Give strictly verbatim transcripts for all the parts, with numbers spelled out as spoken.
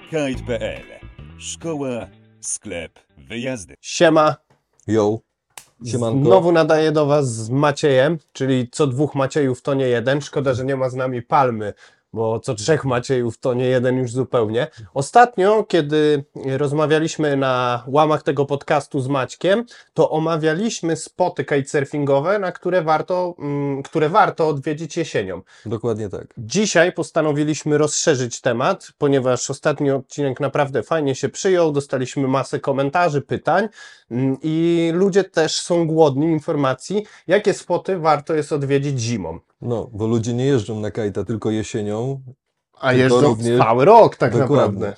kite kropka p l. Szkoła, sklep, wyjazdy. Siema. Yo. Siemanko. Znowu nadaję do Was z Maciejem, czyli co dwóch Maciejów to nie jeden. Szkoda, że nie ma z nami Palmy, bo co trzech Maciejów to nie jeden już zupełnie. Ostatnio, kiedy rozmawialiśmy na łamach tego podcastu z Maćkiem, to omawialiśmy spoty kitesurfingowe, na które warto, mm, które warto odwiedzić jesienią. Dokładnie tak. Dzisiaj postanowiliśmy rozszerzyć temat, ponieważ ostatni odcinek naprawdę fajnie się przyjął, dostaliśmy masę komentarzy, pytań mm, i ludzie też są głodni informacji, jakie spoty warto jest odwiedzić zimą. No, bo ludzie nie jeżdżą na kajta tylko jesienią. A tylko jeżdżą również... cały rok tak Dokładnie. naprawdę.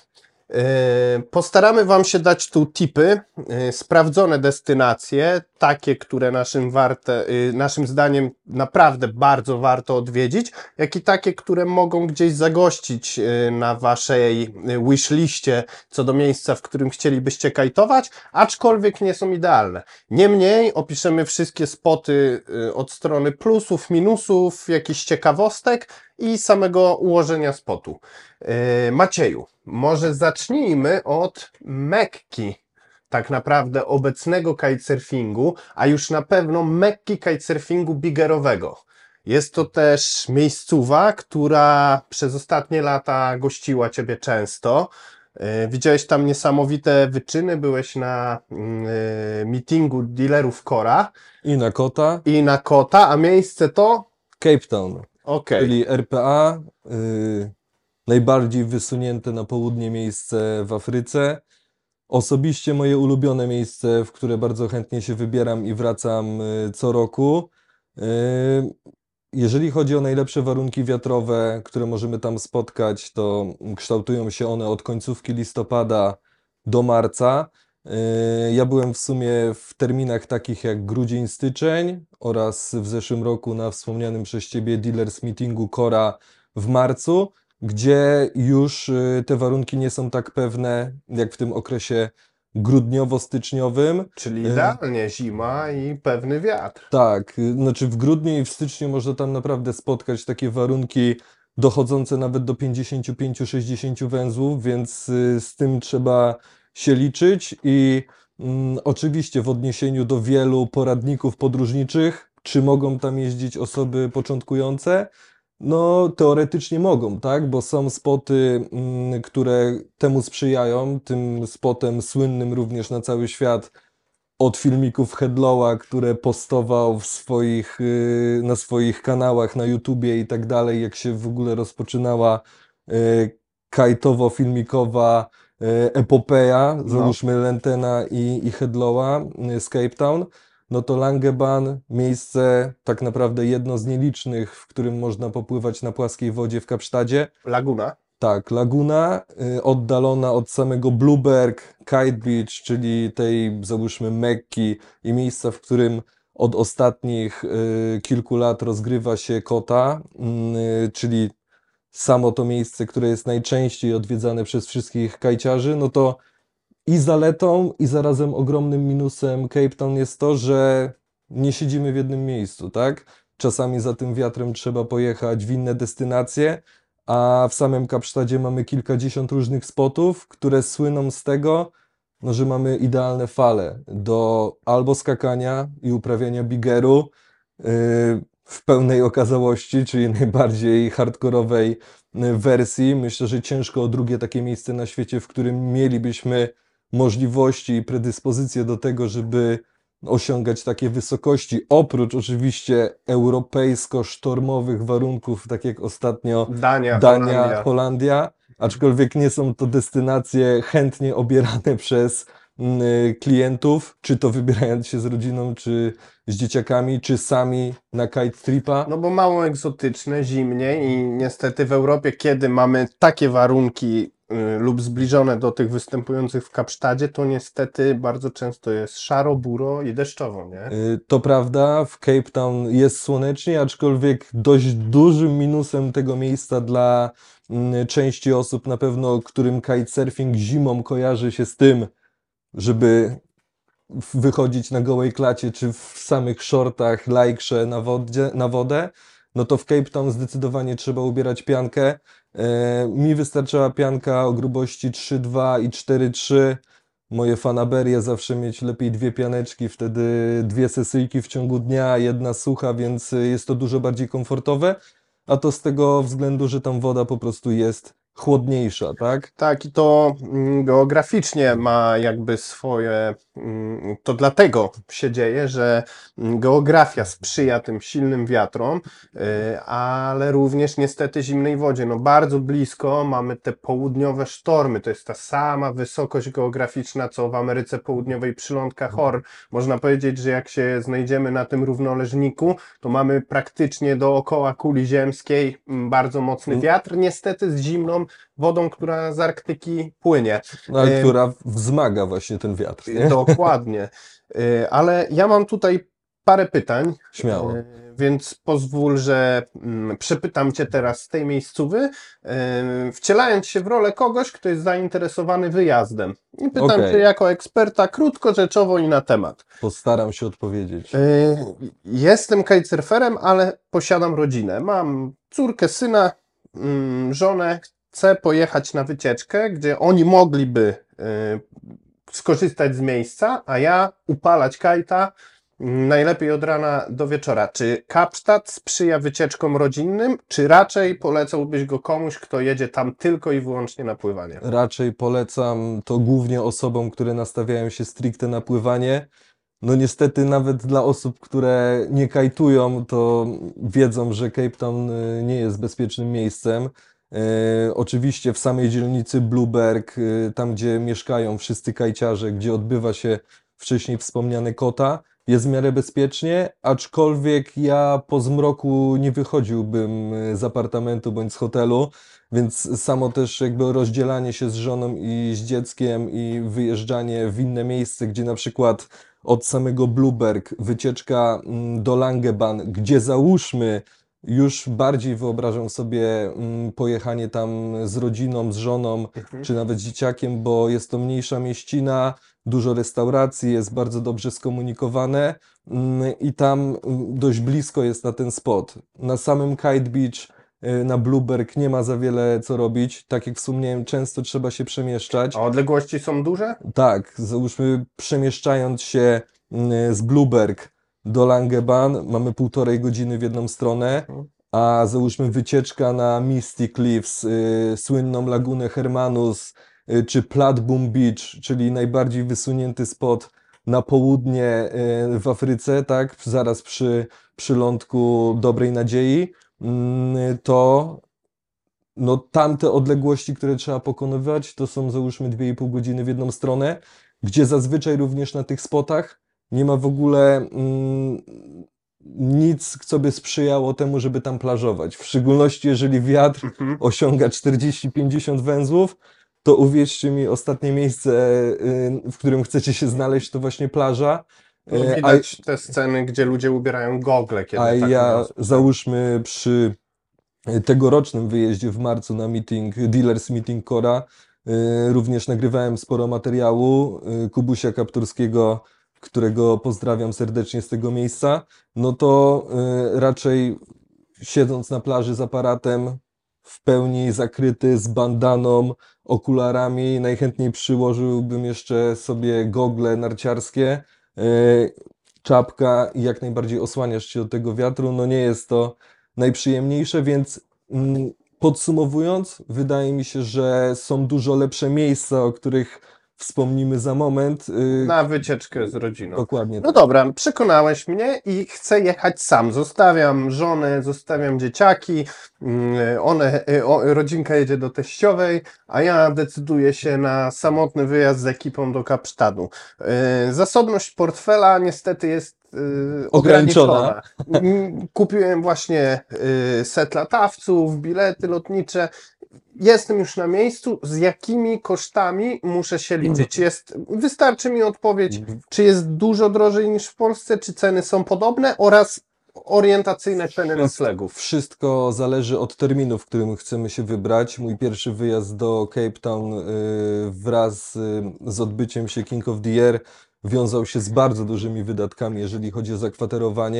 Yy, postaramy Wam się dać tu tipy, yy, sprawdzone destynacje, takie, które naszym, warte, yy, naszym zdaniem naprawdę bardzo warto odwiedzić, jak i takie, które mogą gdzieś zagościć yy, na Waszej wishliście co do miejsca, w którym chcielibyście kajtować, aczkolwiek nie są idealne. Niemniej opiszemy wszystkie spoty yy, od strony plusów, minusów, jakichś ciekawostek i samego ułożenia spotu. Yy, Macieju, może zacznijmy od Mekki, tak naprawdę obecnego kitesurfingu, a już na pewno Mekki kitesurfingu biggerowego. Jest to też miejscowa, która przez ostatnie lata gościła Ciebie często. Yy, widziałeś tam niesamowite wyczyny, byłeś na yy, meetingu dealerów Kora. I na kota. I na kota, a miejsce to? Cape Town. Okej. Czyli R P A. Yy, najbardziej wysunięte na południe miejsce w Afryce. Osobiście moje ulubione miejsce, w które bardzo chętnie się wybieram i wracam yy, co roku. Yy, jeżeli chodzi o najlepsze warunki wiatrowe, które możemy tam spotkać, to kształtują się one od końcówki listopada do marca. Ja byłem w sumie w terminach takich jak grudzień, styczeń oraz w zeszłym roku na wspomnianym przez Ciebie Dealers Meetingu Kora w marcu, gdzie już te warunki nie są tak pewne jak w tym okresie grudniowo-styczniowym. Czyli idealnie zima i pewny wiatr. Tak, znaczy w grudniu i w styczniu można tam naprawdę spotkać takie warunki dochodzące nawet do pięćdziesiąt pięć do sześćdziesięciu węzłów, więc z tym trzeba się liczyć i mm, oczywiście w odniesieniu do wielu poradników podróżniczych, czy mogą tam jeździć osoby początkujące? No teoretycznie mogą, tak, bo są spoty, mm, które temu sprzyjają, tym spotem słynnym również na cały świat od filmików Headlowa, które postował w swoich, yy, na swoich kanałach na YouTubie i tak dalej, jak się w ogóle rozpoczynała yy, kajtowo-filmikowa epopeja, No. załóżmy Lentena i, i Headlowa z Cape Town, no to Langeban, miejsce tak naprawdę jedno z nielicznych, w którym można popływać na płaskiej wodzie w Kapsztadzie. Laguna. Tak, laguna y, oddalona od samego Blueberg, Kite Beach, czyli tej załóżmy Mekki i miejsca, w którym od ostatnich y, kilku lat rozgrywa się kota, y, czyli samo to miejsce, które jest najczęściej odwiedzane przez wszystkich kajciarzy, no to i zaletą, i zarazem ogromnym minusem Cape Town jest to, że nie siedzimy w jednym miejscu, tak? Czasami za tym wiatrem trzeba pojechać w inne destynacje, a w samym Kapsztadzie mamy kilkadziesiąt różnych spotów, które słyną z tego, no, że mamy idealne fale do albo skakania i uprawiania biggeru, yy, w pełnej okazałości, czyli najbardziej hardkorowej wersji. Myślę, że ciężko o drugie takie miejsce na świecie, w którym mielibyśmy możliwości i predyspozycje do tego, żeby osiągać takie wysokości. Oprócz oczywiście europejsko-sztormowych warunków, tak jak ostatnio Dania, Dania Holandia. Holandia, aczkolwiek nie są to destynacje chętnie obierane przez klientów, czy to wybierając się z rodziną, czy z dzieciakami, czy sami na kite tripa. No bo mało egzotyczne, zimnie i niestety w Europie, kiedy mamy takie warunki y, lub zbliżone do tych występujących w Kapsztadzie, to niestety bardzo często jest szaro, buro i deszczowo, nie? Y, To prawda, w Cape Town jest słonecznie, aczkolwiek dość dużym minusem tego miejsca dla mm, części osób, na pewno którym kitesurfing zimą kojarzy się z tym, żeby wychodzić na gołej klacie, czy w samych shortach, lajkrze na, wodzie, na wodę, no to w Cape Town zdecydowanie trzeba ubierać piankę. E, mi wystarczała pianka o grubości trzy dwa i cztery trzy. Moje fanaberie zawsze mieć lepiej dwie pianeczki, wtedy dwie sesyjki w ciągu dnia, jedna sucha, więc jest to dużo bardziej komfortowe, a to z tego względu, że tam woda po prostu jest chłodniejsza, tak? Tak, i to mm, geograficznie ma jakby swoje, mm, to dlatego się dzieje, że mm, geografia sprzyja tym silnym wiatrom, y, ale również niestety zimnej wodzie. No bardzo blisko mamy te południowe sztormy, to jest ta sama wysokość geograficzna, co w Ameryce Południowej przylądka Horn. Można powiedzieć, że jak się znajdziemy na tym równoleżniku, to mamy praktycznie dookoła kuli ziemskiej mm, bardzo mocny Mm. wiatr, niestety z zimną wodą, która z Arktyki płynie. No, ale Ym, która wzmaga właśnie ten wiatr, nie? Dokładnie. Y, Ale ja mam tutaj parę pytań, Śmiało. y, więc pozwól, że mm, przepytam Cię teraz z tej miejscówy, y, wcielając się w rolę kogoś, kto jest zainteresowany wyjazdem. I pytam Okej. Cię jako eksperta krótko, rzeczowo i na temat. Postaram się odpowiedzieć. Y, Jestem kitesurferem, ale posiadam rodzinę. Mam córkę, syna, mm, żonę. Chcę pojechać na wycieczkę, gdzie oni mogliby y, skorzystać z miejsca, a ja upalać kajta mm, najlepiej od rana do wieczora. Czy Kapsztad sprzyja wycieczkom rodzinnym, czy raczej polecałbyś go komuś, kto jedzie tam tylko i wyłącznie na pływanie? Raczej polecam to głównie osobom, które nastawiają się stricte na pływanie. No niestety nawet dla osób, które nie kajtują, to wiedzą, że Cape Town y, nie jest bezpiecznym miejscem. E, oczywiście w samej dzielnicy Blueberg, y, tam gdzie mieszkają wszyscy kajciarze, gdzie odbywa się wcześniej wspomniany kota, jest w miarę bezpiecznie, aczkolwiek ja po zmroku nie wychodziłbym y, z apartamentu bądź z hotelu, więc samo też jakby rozdzielanie się z żoną i z dzieckiem i wyjeżdżanie w inne miejsce, gdzie na przykład od samego Blueberg wycieczka mm, do Langeban, gdzie załóżmy już bardziej wyobrażam sobie mm, pojechanie tam z rodziną, z żoną, Mhm. czy nawet z dzieciakiem, bo jest to mniejsza mieścina, dużo restauracji, jest bardzo dobrze skomunikowane mm, i tam mm, dość blisko jest na ten spot. Na samym Kite Beach, y, na Blueberg nie ma za wiele co robić. Tak jak wspomniałem, często trzeba się przemieszczać. A odległości są duże? Tak, załóżmy przemieszczając się mm, z Blueberg do Langeban, mamy półtorej godziny w jedną stronę, a załóżmy wycieczka na Misty Cliffs, y, słynną lagunę Hermanus, y, czy Platboom Beach, czyli najbardziej wysunięty spot na południe y, w Afryce, tak, zaraz przy przylądku Dobrej Nadziei, mm, to no tamte odległości, które trzeba pokonywać, to są załóżmy dwie i pół godziny w jedną stronę, gdzie zazwyczaj również na tych spotach nie ma w ogóle mm, nic, co by sprzyjało temu, żeby tam plażować. W szczególności jeżeli wiatr Mhm. osiąga czterdzieści pięćdziesiąt węzłów, to uwierzcie mi, ostatnie miejsce, y, w którym chcecie się znaleźć, to właśnie plaża. No, Y, a- widać te sceny, gdzie ludzie ubierają gogle, kiedy a tak ja mówią. załóżmy przy tegorocznym wyjeździe w marcu na meeting, Dealers Meeting Cora, y, również nagrywałem sporo materiału y, Kubusia Kapturskiego, którego pozdrawiam serdecznie z tego miejsca. No to y, raczej siedząc na plaży z aparatem, w pełni zakryty, z bandaną, okularami, najchętniej przyłożyłbym jeszcze sobie gogle narciarskie, y, czapka i jak najbardziej osłaniasz się od tego wiatru. No nie jest to najprzyjemniejsze, więc mm, podsumowując, wydaje mi się, że są dużo lepsze miejsca, o których wspomnimy za moment. y, Na wycieczkę z rodziną. Dokładnie No tak. dobra, przekonałeś mnie i chcę jechać sam. Zostawiam żonę, zostawiam dzieciaki, mm, one, y, o, rodzinka jedzie do teściowej, a ja decyduję się na samotny wyjazd z ekipą do Kapsztadu. Y, Zasobność portfela niestety jest y, Ograniczona. ograniczona. Mm, Kupiłem właśnie y, set latawców, bilety lotnicze. Jestem już na miejscu, z jakimi kosztami muszę się liczyć? Jest, wystarczy mi odpowiedź, czy jest dużo drożej niż w Polsce, czy ceny są podobne oraz orientacyjne ceny noclegów. Wszystko zależy od terminu, w którym chcemy się wybrać. Mój pierwszy wyjazd do Cape Town y, wraz y, z odbyciem się King of the Year wiązał się z bardzo dużymi wydatkami, jeżeli chodzi o zakwaterowanie.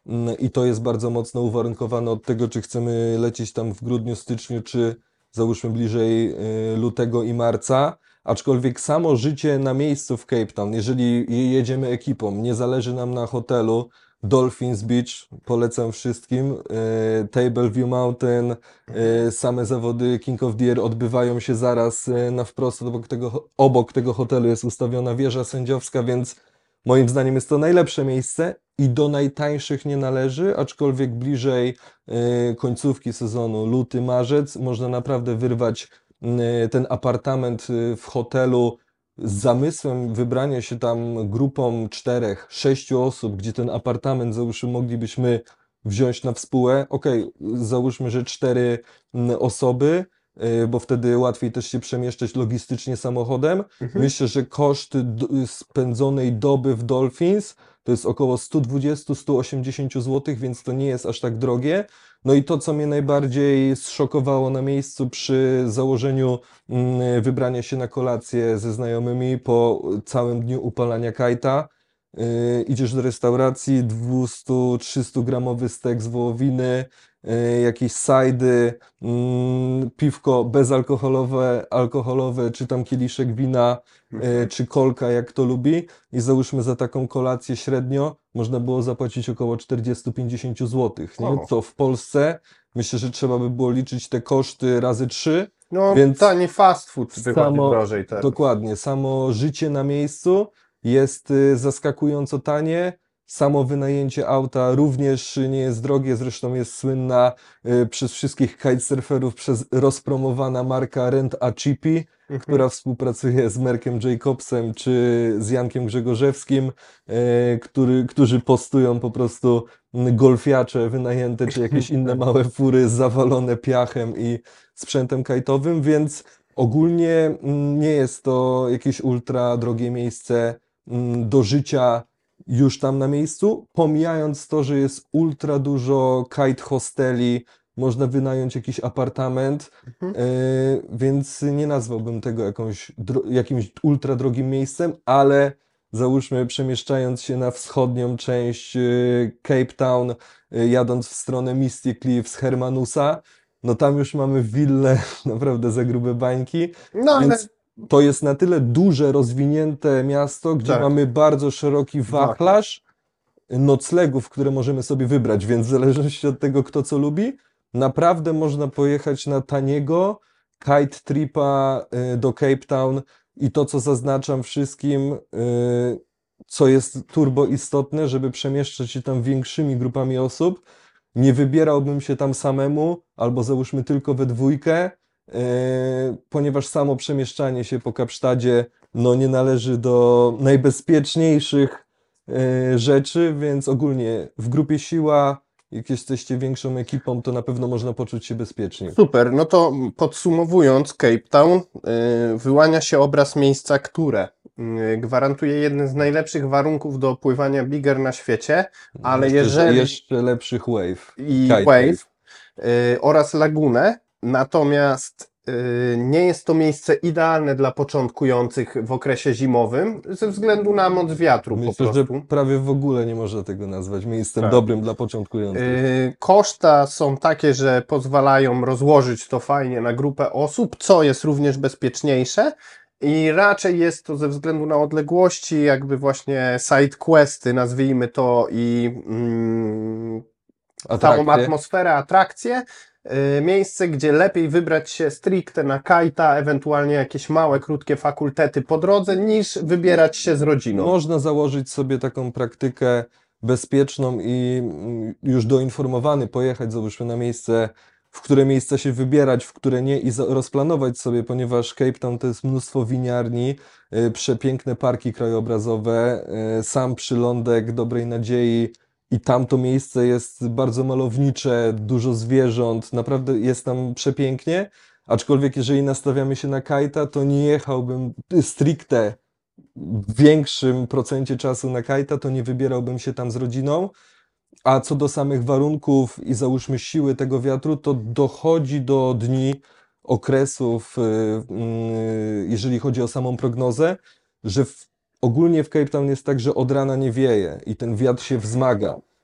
mm, i to jest bardzo mocno uwarunkowane od tego, czy chcemy lecieć tam w grudniu, styczniu, czy załóżmy bliżej y, lutego i marca. Aczkolwiek samo życie na miejscu w Cape Town, jeżeli jedziemy ekipą, nie zależy nam na hotelu, Dolphins Beach, polecam wszystkim, y, Table View Mountain, y, same zawody King of the Air odbywają się zaraz y, na wprost, obok tego, obok tego hotelu jest ustawiona wieża sędziowska, więc moim zdaniem jest to najlepsze miejsce i do najtańszych nie należy, aczkolwiek bliżej y, końcówki sezonu, luty, marzec, można naprawdę wyrwać y, ten apartament y, w hotelu z zamysłem wybrania się tam grupą czterech, sześciu osób, gdzie ten apartament, załóżmy, moglibyśmy wziąć na współę. Okej, załóżmy, że cztery mm, osoby, y, bo wtedy łatwiej też się przemieszczać logistycznie samochodem. Mhm. Myślę, że koszt d- spędzonej doby w Dolphins to jest około sto dwadzieścia do stu osiemdziesięciu złotych, więc to nie jest aż tak drogie. No i to, co mnie najbardziej zszokowało na miejscu przy założeniu mm, wybrania się na kolację ze znajomymi po całym dniu upalania kajta. Yy, idziesz do restauracji, dwieście trzysta gramowy stek z wołowiny, yy, jakieś sajdy, mm, piwko bezalkoholowe, alkoholowe, czy tam kieliszek wina, yy, czy kolka, jak kto lubi. I załóżmy za taką kolację średnio można było zapłacić około czterdzieści do pięćdziesięciu złotych, nie? O. Co w Polsce myślę, że trzeba by było liczyć te koszty razy trzy. No, Więc tani fast food wychodzi samo, drożej teraz. dokładnie, samo życie na miejscu jest y, zaskakująco tanie. Samo wynajęcie auta również nie jest drogie, zresztą jest słynna y, przez wszystkich kitesurferów przez rozpromowana marka Rent a Chippy, Mhm. która współpracuje z Markiem Jacobsem czy z Jankiem Grzegorzewskim, y, który, którzy postują po prostu mm, golfiacze wynajęte czy jakieś inne małe fury zawalone piachem i sprzętem kajtowym, więc ogólnie mm, nie jest to jakieś ultra drogie miejsce mm, do życia już tam na miejscu, pomijając to, że jest ultra dużo kite hosteli, można wynająć jakiś apartament, Mhm. y, więc nie nazwałbym tego jakąś, dro- jakimś ultra drogim miejscem, ale załóżmy przemieszczając się na wschodnią część y, Cape Town, y, jadąc w stronę Misty Cliffs, Hermanusa, no tam już mamy willę naprawdę za grube bańki, No ale więc to jest na tyle duże, rozwinięte miasto, gdzie Tak. mamy bardzo szeroki wachlarz noclegów, które możemy sobie wybrać, więc w zależności od tego, kto co lubi, naprawdę można pojechać na taniego kite tripa y, do Cape Town i to, co zaznaczam wszystkim, y, co jest turbo istotne, żeby przemieszczać się tam większymi grupami osób, nie wybierałbym się tam samemu, albo załóżmy tylko we dwójkę, yy, ponieważ samo przemieszczanie się po Kapsztadzie no, nie należy do najbezpieczniejszych yy, rzeczy, więc ogólnie w grupie siła, jak jesteście większą ekipą, to na pewno można poczuć się bezpiecznie. super, no to podsumowując, Cape Town y, wyłania się obraz miejsca, które y, gwarantuje jeden z najlepszych warunków do pływania bigger na świecie, ale Myślę, że jeżeli jeszcze lepszych wave. i Kite wave y, oraz lagunę, natomiast y, nie jest to miejsce idealne dla początkujących w okresie zimowym ze względu na moc wiatru po Myślę, że prostu. prawie w ogóle nie można tego nazwać miejscem Tak. dobrym dla początkujących. Y, Koszta są takie, że pozwalają rozłożyć to fajnie na grupę osób, co jest również bezpieczniejsze i raczej jest to ze względu na odległości, jakby właśnie side questy, nazwijmy to, i mm, całą Atrakcje. atmosferę, atrakcje. y, Miejsce, gdzie lepiej wybrać się stricte na kajta, ewentualnie jakieś małe, krótkie fakultety po drodze, niż wybierać się z rodziną. Można założyć sobie taką praktykę bezpieczną i mm, już doinformowany pojechać, załóżmy, na miejsce, w które miejsca się wybierać, w które nie i za- rozplanować sobie, ponieważ Cape Town to jest mnóstwo winiarni, y, przepiękne parki krajobrazowe, y, sam przylądek Dobrej Nadziei i tamto miejsce jest bardzo malownicze, dużo zwierząt, naprawdę jest tam przepięknie, aczkolwiek jeżeli nastawiamy się na kajta, to nie jechałbym stricte w większym procencie czasu na kajta, to nie wybierałbym się tam z rodziną. A co do samych warunków i załóżmy siły tego wiatru, to dochodzi do dni, okresów, y, y, jeżeli chodzi o samą prognozę, że w, ogólnie w Cape Town jest tak, że od rana nie wieje i ten wiatr się wzmaga.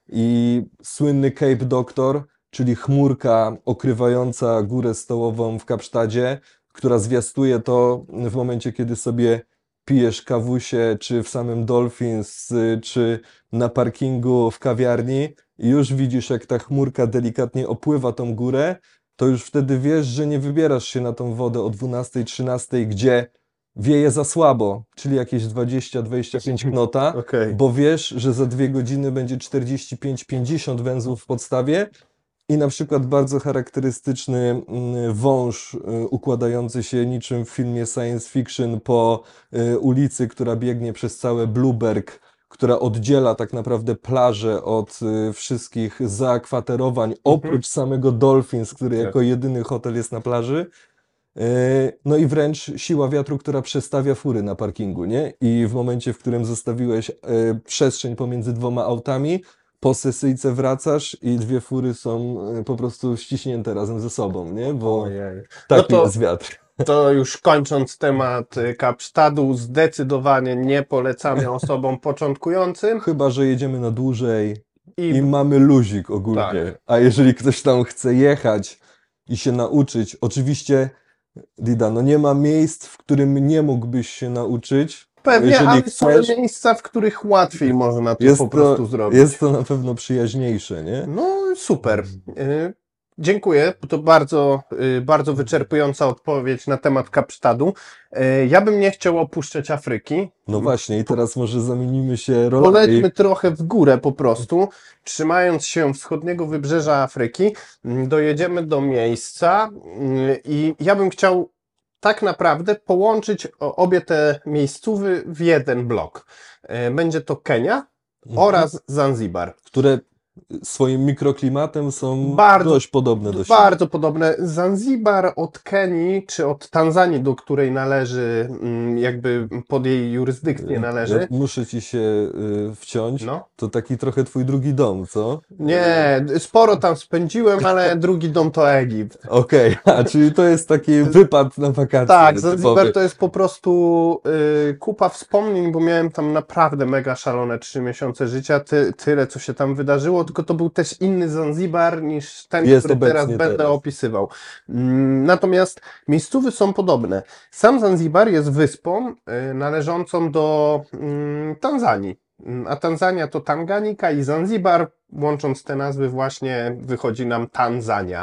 i słynny Cape Doctor, czyli chmurka okrywająca górę stołową w Kapsztadzie, która zwiastuje to w momencie, kiedy sobie pijesz kawusie, czy w samym Dolphins, czy na parkingu w kawiarni i już widzisz, jak ta chmurka delikatnie opływa tą górę, to już wtedy wiesz, że nie wybierasz się na tą wodę o dwunastej, trzynastej, gdzie wieje za słabo, czyli jakieś dwadzieścia do dwudziestu pięciu knota, Okej. bo wiesz, że za dwie godziny będzie czterdzieści pięć do pięćdziesięciu węzłów w podstawie i na przykład bardzo charakterystyczny mm, wąż y, układający się niczym w filmie science fiction po y, ulicy, która biegnie przez całe Blueberg, która oddziela tak naprawdę plażę od y, wszystkich zaakwaterowań, oprócz samego Dolphins, który Tak. jako jedyny hotel jest na plaży. Y, No i wręcz siła wiatru, która przestawia fury na parkingu, nie? I w momencie, w którym zostawiłeś y, przestrzeń pomiędzy dwoma autami, po sesyjce wracasz i dwie fury są y, po prostu ściśnięte razem ze sobą, nie? Bo Ojej. taki No to- jest wiatr. To już kończąc temat y, Kapsztadu, zdecydowanie nie polecamy osobom początkującym Chyba że jedziemy na dłużej i, i mamy luzik ogólnie. Tak. A jeżeli ktoś tam chce jechać i się nauczyć, oczywiście, Dida, no nie ma miejsc, w którym nie mógłbyś się nauczyć. pewnie, jeżeli ale są chcesz- miejsca, w których łatwiej można to Jest po to, prostu zrobić. jest to na pewno przyjaźniejsze, nie? No super. Y, Dziękuję, bo to bardzo, y, bardzo wyczerpująca odpowiedź na temat Kapsztadu. Y, Ja bym nie chciał opuszczać Afryki. No właśnie, i teraz może zamienimy się rolami. Polećmy trochę w górę po prostu, trzymając się wschodniego wybrzeża Afryki, mm, dojedziemy do miejsca mm, i ja bym chciał tak naprawdę połączyć o- obie te miejscówy w jeden blok. Y, Będzie to Kenia Mhm. oraz Zanzibar. które swoim mikroklimatem są Bardzo- dość podobne do siebie. Bardzo podobne. Zanzibar od Kenii, czy od Tanzanii, do której należy, mm, jakby pod jej jurysdykcję należy. Ja muszę ci się y, wciąć. No. To taki trochę twój drugi dom, co? Nie, sporo tam spędziłem, ale drugi dom to Egipt. Okej, a czyli to jest taki wypad na wakacje. Tak, Zanzibar typowy. to jest po prostu y, kupa wspomnień, bo miałem tam naprawdę mega szalone trzy miesiące życia, ty, tyle co się tam wydarzyło, tylko to był też inny Zanzibar niż ten, Jest który teraz obecnie będę teraz. opisywał. Mm, Natomiast miejscówy są podobne. Sam Zanzibar jest wyspą y, należącą do mm, Tanzanii. Mm, A Tanzania to Tanganika i Zanzibar, łącząc te nazwy właśnie wychodzi nam Tanzania.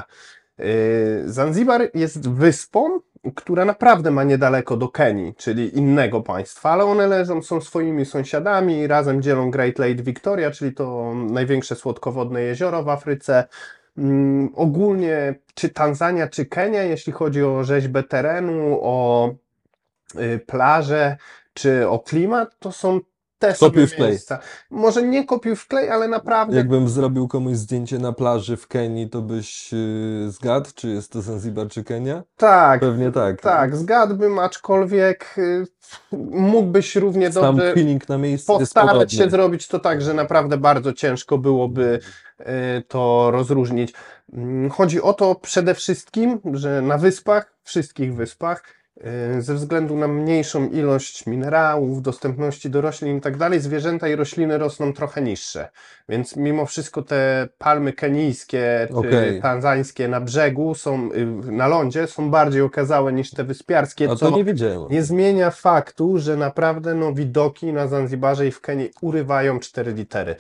Y, Zanzibar jest wyspą, która naprawdę ma niedaleko do Kenii, czyli innego państwa, ale one leżą, są swoimi sąsiadami i razem dzielą Great Lake Victoria, czyli to największe słodkowodne jezioro w Afryce. Mm, ogólnie czy Tanzania, czy Kenia, jeśli chodzi o rzeźbę terenu, o y, plaże, czy o klimat, to są te sobie Kopiuj w klej. miejsca. Może nie kopiuj w klej, ale naprawdę Jakbym zrobił komuś zdjęcie na plaży w Kenii, to byś yy, zgadł, czy jest to Zanzibar, czy Kenia? tak. Pewnie tak. Tak, zgadłbym, aczkolwiek y, mógłbyś równie Sam dobrze feeling na miejscu jest postarać podobny. się zrobić to tak, że naprawdę bardzo ciężko byłoby y, to rozróżnić. Mm, Chodzi o to przede wszystkim, że na wyspach, wszystkich wyspach, y, ze względu na mniejszą ilość minerałów, dostępności do roślin i tak dalej, zwierzęta i rośliny rosną trochę niższe. Więc mimo wszystko te palmy kenijskie czy Okej. tanzańskie na brzegu są, y, na lądzie są bardziej okazałe niż te wyspiarskie, A co to nie wiedziałem. nie zmienia faktu, że naprawdę no, widoki na Zanzibarze i w Kenii urywają cztery litery.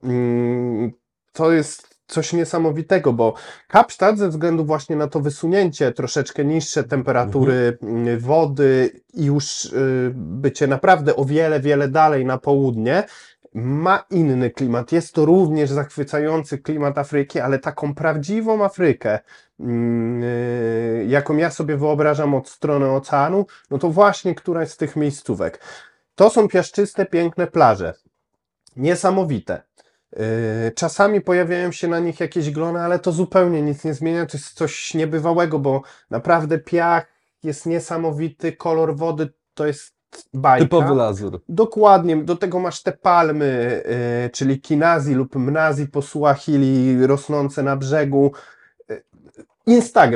Mm, To jest coś niesamowitego, bo Kapsztad ze względu właśnie na to wysunięcie, troszeczkę niższe temperatury mm, wody i już y, bycie naprawdę o wiele, wiele dalej na południe, ma inny klimat. Jest to również zachwycający klimat Afryki, ale taką prawdziwą Afrykę, mm, y, jaką ja sobie wyobrażam od strony oceanu, no to właśnie któraś z tych miejscówek. To są piaszczyste, piękne plaże. Niesamowite. Yy, Czasami pojawiają się na nich jakieś glony, ale to zupełnie nic nie zmienia. To jest coś niebywałego, bo naprawdę piach jest niesamowity, kolor wody to jest bajka. Typowy lazur. Dokładnie, do tego masz te palmy, yy, czyli kinazi lub mnazi po Suahili rosnące na brzegu. Yy, Instagram.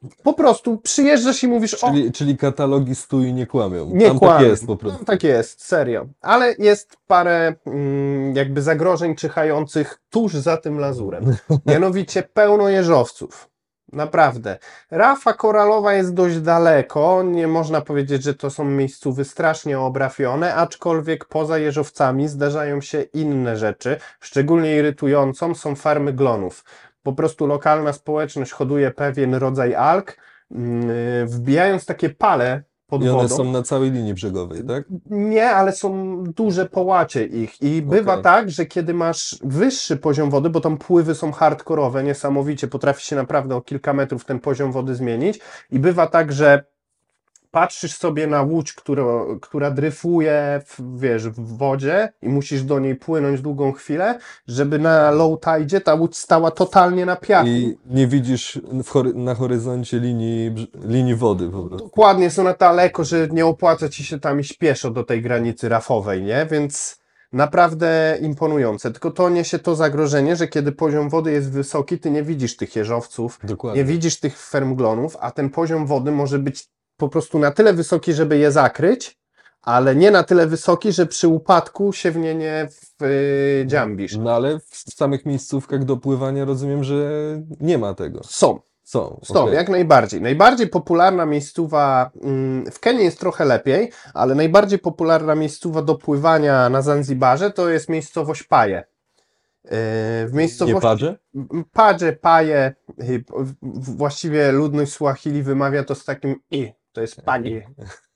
Po prostu przyjeżdżasz i mówisz, o, Czyli, czyli katalogi stój nie kłamią. nie Tam kłamię. tak jest po prostu. No, tak jest, serio. Ale jest parę mm, jakby zagrożeń czyhających tuż za tym lazurem. Mianowicie pełno jeżowców. Naprawdę. Rafa koralowa jest dość daleko. Nie można powiedzieć, że to są miejscówy strasznie obrafione, aczkolwiek poza jeżowcami zdarzają się inne rzeczy. Szczególnie irytującą są farmy glonów. Po prostu lokalna społeczność hoduje pewien rodzaj alg, yy, wbijając takie pale pod I one wodą. są na całej linii brzegowej, tak? Nie, ale są duże połacie ich i bywa Okej. tak, że kiedy masz wyższy poziom wody, bo tam pływy są hardkorowe, niesamowicie, potrafi się naprawdę o kilka metrów ten poziom wody zmienić i bywa tak, że patrzysz sobie na łódź, która, która dryfuje w, wiesz, w wodzie i musisz do niej płynąć długą chwilę, żeby na low tide ta łódź stała totalnie na piachu. I nie widzisz w hory- na horyzoncie linii, brz- linii wody po prostu. Dokładnie, są na daleko, że nie opłaca ci się tam iść pieszo do tej granicy rafowej, nie? Więc naprawdę imponujące. Tylko to niesie to zagrożenie, że kiedy poziom wody jest wysoki, ty nie widzisz tych jeżowców, Dokładnie. nie widzisz tych fermglonów, a ten poziom wody może być po prostu na tyle wysoki, żeby je zakryć, ale nie na tyle wysoki, że przy upadku się w nie nie w, dziambisz. No ale w samych miejscówkach do pływania rozumiem, że nie ma tego. Są. Są. Są, okej. jak najbardziej. Najbardziej popularna miejscowa, mm, w Kenii jest trochę lepiej, ale najbardziej popularna miejscowa do pływania na Zanzibarze to jest miejscowość Paje. Yy, W Nie miejscowości Padże? Paje, Paje, yy, w- właściwie ludność Suahili wymawia to z takim i, to jest Paje.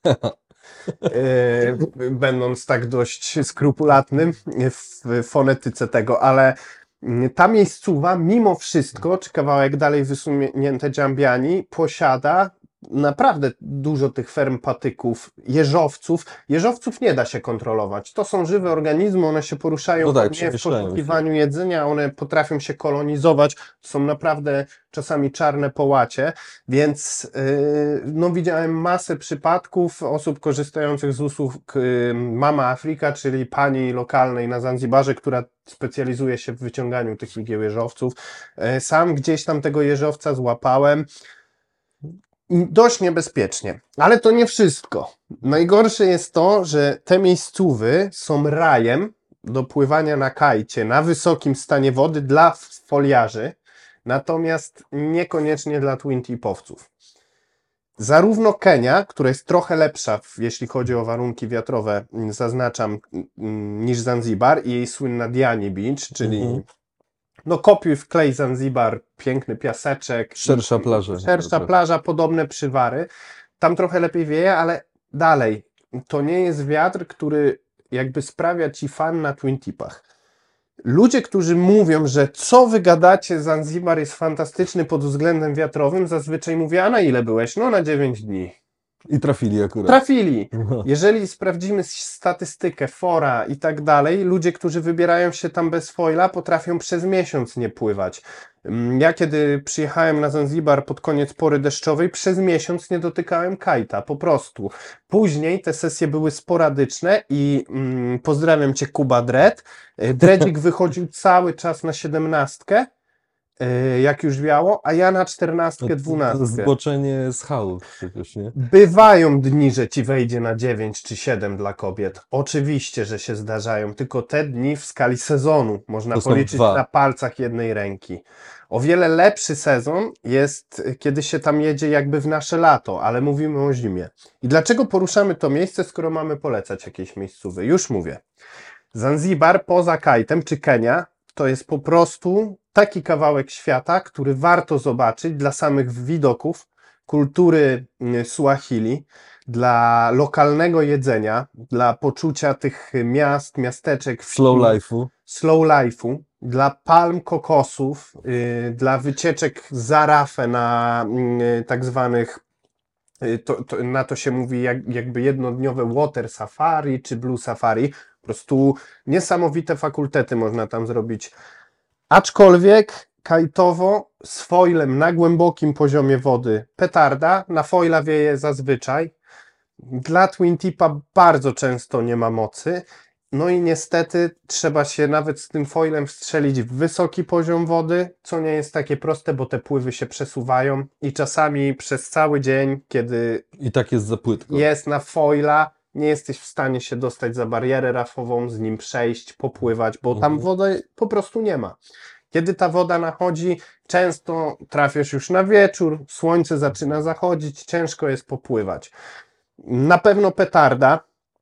Yy, Będąc tak dość skrupulatnym w fonetyce tego, ale mm, ta miejscowa mimo wszystko, czy kawałek dalej wysunięte Dżambiani, posiada naprawdę dużo tych ferm patyków, jeżowców. Jeżowców nie da się kontrolować. To są żywe organizmy, one się poruszają No tak, pewnie w przemieszczają się. poszukiwaniu jedzenia, one potrafią się kolonizować, są naprawdę czasami czarne połacie, więc yy, no widziałem masę przypadków osób korzystających z usług yy, Mama Afrika, czyli pani lokalnej na Zanzibarze, która specjalizuje się w wyciąganiu tych igieł jeżowców. Yy, Sam gdzieś tam tego jeżowca złapałem. I dość niebezpiecznie. Ale to nie wszystko. Najgorsze jest to, że te miejscówy są rajem do pływania na kajcie na wysokim stanie wody dla foliarzy, natomiast niekoniecznie dla twin tipowców. Zarówno Kenia, która jest trochę lepsza, w- jeśli chodzi o warunki wiatrowe, mm, zaznaczam, mm, niż Zanzibar i jej słynna Diani Beach, czyli Mhm. no kopiuj w klej Zanzibar, piękny piaseczek. Szersza plaża. Szersza plaża, podobne przywary. Tam trochę lepiej wieje, ale dalej, to nie jest wiatr, który jakby sprawia ci fan na twin tipach. Ludzie, którzy mówią, że co wy gadacie, Zanzibar jest fantastyczny pod względem wiatrowym, zazwyczaj mówię, a na ile byłeś? No na dziewięć dni. I trafili akurat. Trafili. No. Jeżeli sprawdzimy statystykę, fora i tak dalej, ludzie, którzy wybierają się tam bez foila, potrafią przez miesiąc nie pływać. Mm, Ja kiedy przyjechałem na Zanzibar pod koniec pory deszczowej, przez miesiąc nie dotykałem kajta, po prostu. Później te sesje były sporadyczne i mm, pozdrawiam Cię, Kuba Dredd. Y, Dredzik wychodził cały czas na siedemnastkę, y, jak już wiało, a ja na czternastkę, dwunastkę. Zboczenie z chałów przecież, nie? Bywają dni, że ci wejdzie na dziewięć czy siedem dla kobiet. Oczywiście, że się zdarzają, tylko te dni w skali sezonu można To są policzyć dwa. na palcach jednej ręki. O wiele lepszy sezon jest, kiedy się tam jedzie jakby w nasze lato, ale mówimy o zimie. I dlaczego poruszamy to miejsce, skoro mamy polecać jakieś miejscówy? Już mówię. Zanzibar poza kajtem, czy Kenia, to jest po prostu taki kawałek świata, który warto zobaczyć dla samych widoków, kultury mm, Suahili, dla lokalnego jedzenia, dla poczucia tych miast, miasteczek, Slow wsi, life'u. slow life'u, dla palm kokosów, yy, dla wycieczek za rafę na yy, tak zwanych, yy, to, to, na to się mówi jak, jakby jednodniowe water safari czy blue safari. Po prostu niesamowite fakultety można tam zrobić. Aczkolwiek kajtowo z foilem na głębokim poziomie wody petarda, na foila wieje zazwyczaj. Dla twin tipa bardzo często nie ma mocy No i niestety trzeba się nawet z tym foilem wstrzelić w wysoki poziom wody, co nie jest takie proste, bo te pływy się przesuwają i czasami przez cały dzień, kiedy I tak jest za płytko. jest na foila, nie jesteś w stanie się dostać za barierę rafową, z nim przejść, popływać, bo tam Mhm. wody po prostu nie ma. Kiedy ta woda nachodzi, często trafiasz już na wieczór, słońce zaczyna zachodzić, ciężko jest popływać. Na pewno petarda.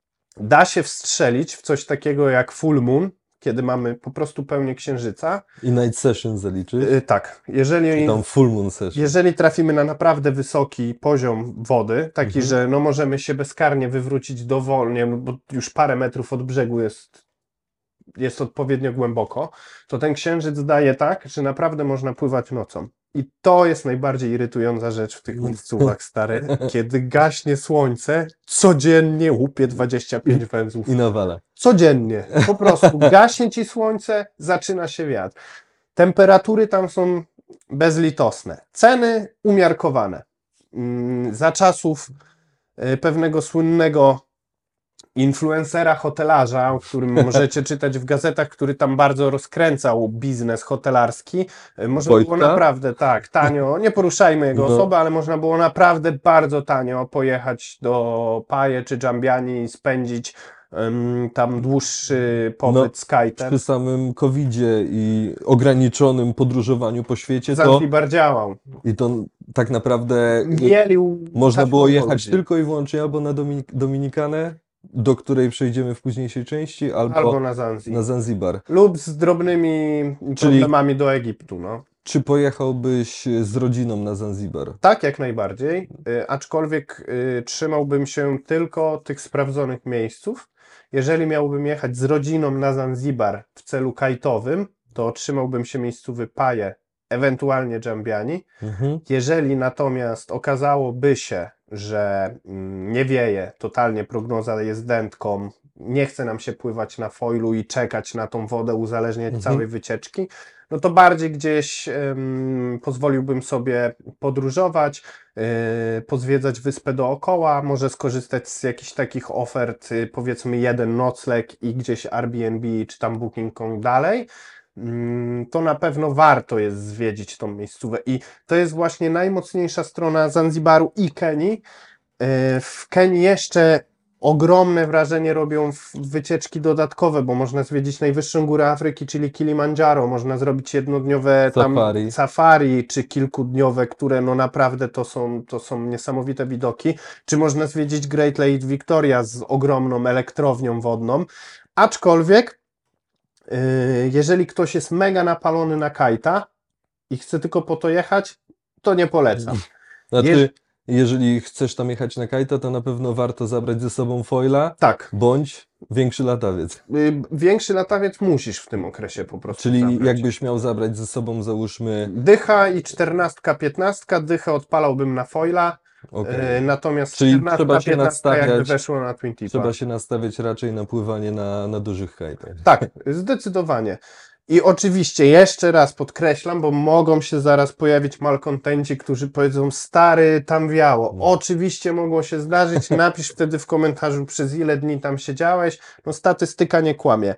Da się wstrzelić w coś takiego jak full moon, kiedy mamy po prostu pełnię księżyca. I night session zaliczyć. Yy, tak, jeżeli, Czy tam full moon session. jeżeli trafimy na naprawdę wysoki poziom wody, taki, Mhm. że no możemy się bezkarnie wywrócić dowolnie, bo już parę metrów od brzegu jest, jest odpowiednio głęboko, to ten księżyc daje tak, że naprawdę można pływać nocą. I to jest najbardziej irytująca rzecz w tych miejscówach, stary. Kiedy gaśnie słońce, codziennie łupie dwadzieścia pięć węzłów. I nawala. Codziennie. Po prostu gaśnie ci słońce, zaczyna się wiatr. Temperatury tam są bezlitosne. Ceny umiarkowane. Mm, Za czasów y, pewnego słynnego influencera, hotelarza, o którym możecie czytać w gazetach, który tam bardzo rozkręcał biznes hotelarski. Y, Można Wojtka? było naprawdę, tak, tanio, nie poruszajmy jego No. osoby, ale można było naprawdę bardzo tanio pojechać do Paje czy Dżambiani i spędzić ym, tam dłuższy pobyt No, z kajtem. Przy samym kowidzie i ograniczonym podróżowaniu po świecie, to Zanzibar działał. i to tak naprawdę Mielił można tak było mało jechać ludzi. tylko i wyłącznie albo na Dominik- Dominikanę, do której przejdziemy w późniejszej części, albo, Albo na Zanzibar. na Zanzibar. Lub z drobnymi problemami do Egiptu, no. Czy pojechałbyś z rodziną na Zanzibar? Tak, jak najbardziej, y, aczkolwiek y, trzymałbym się tylko tych sprawdzonych miejsców. Jeżeli miałbym jechać z rodziną na Zanzibar w celu kajtowym, to trzymałbym się miejscówy Paje, ewentualnie Dżambiani. Mhm. Jeżeli natomiast okazałoby się, że mm, nie wieje, totalnie prognoza jest dętką, nie chce nam się pływać na foilu i czekać na tą wodę, uzależniać Mhm. całej wycieczki, no to bardziej gdzieś em, pozwoliłbym sobie podróżować, yy, pozwiedzać wyspę dookoła, może skorzystać z jakichś takich ofert, y, powiedzmy jeden nocleg i gdzieś Airbnb czy tam booking kropka com dalej. Mm, To na pewno warto jest zwiedzić tą miejscówkę i to jest właśnie najmocniejsza strona Zanzibaru i Kenii. Yy, W Kenii jeszcze ogromne wrażenie robią w- wycieczki dodatkowe, bo można zwiedzić najwyższą górę Afryki, czyli Kilimandżaro, można zrobić jednodniowe tam Safari. safari, czy kilkudniowe, które no naprawdę to są, to są niesamowite widoki, czy można zwiedzić Great Lake Victoria z ogromną elektrownią wodną, aczkolwiek yy, jeżeli ktoś jest mega napalony na kajta i chce tylko po to jechać, to nie polecam. Znaczy, Jeż- jeżeli chcesz tam jechać na kajta, to na pewno warto zabrać ze sobą foila, Tak, bądź większy latawiec. y, większy latawiec musisz w tym okresie po prostu Czyli zabrać. jakbyś miał zabrać ze sobą, załóżmy, Dycha i czternastka, piętnastka, dychę odpalałbym na foila, okej, y, natomiast Czyli czternastka, trzeba się piętnastka jakby nastawiać- weszło na Twin Tipa. trzeba się nastawiać raczej na pływanie na, na dużych kajtach. Tak, zdecydowanie. I oczywiście jeszcze raz podkreślam, bo mogą się zaraz pojawić malkontenci, którzy powiedzą, stary, tam wiało. No. Oczywiście mogło się zdarzyć, napisz wtedy w komentarzu, przez ile dni tam siedziałeś. No statystyka nie kłamie.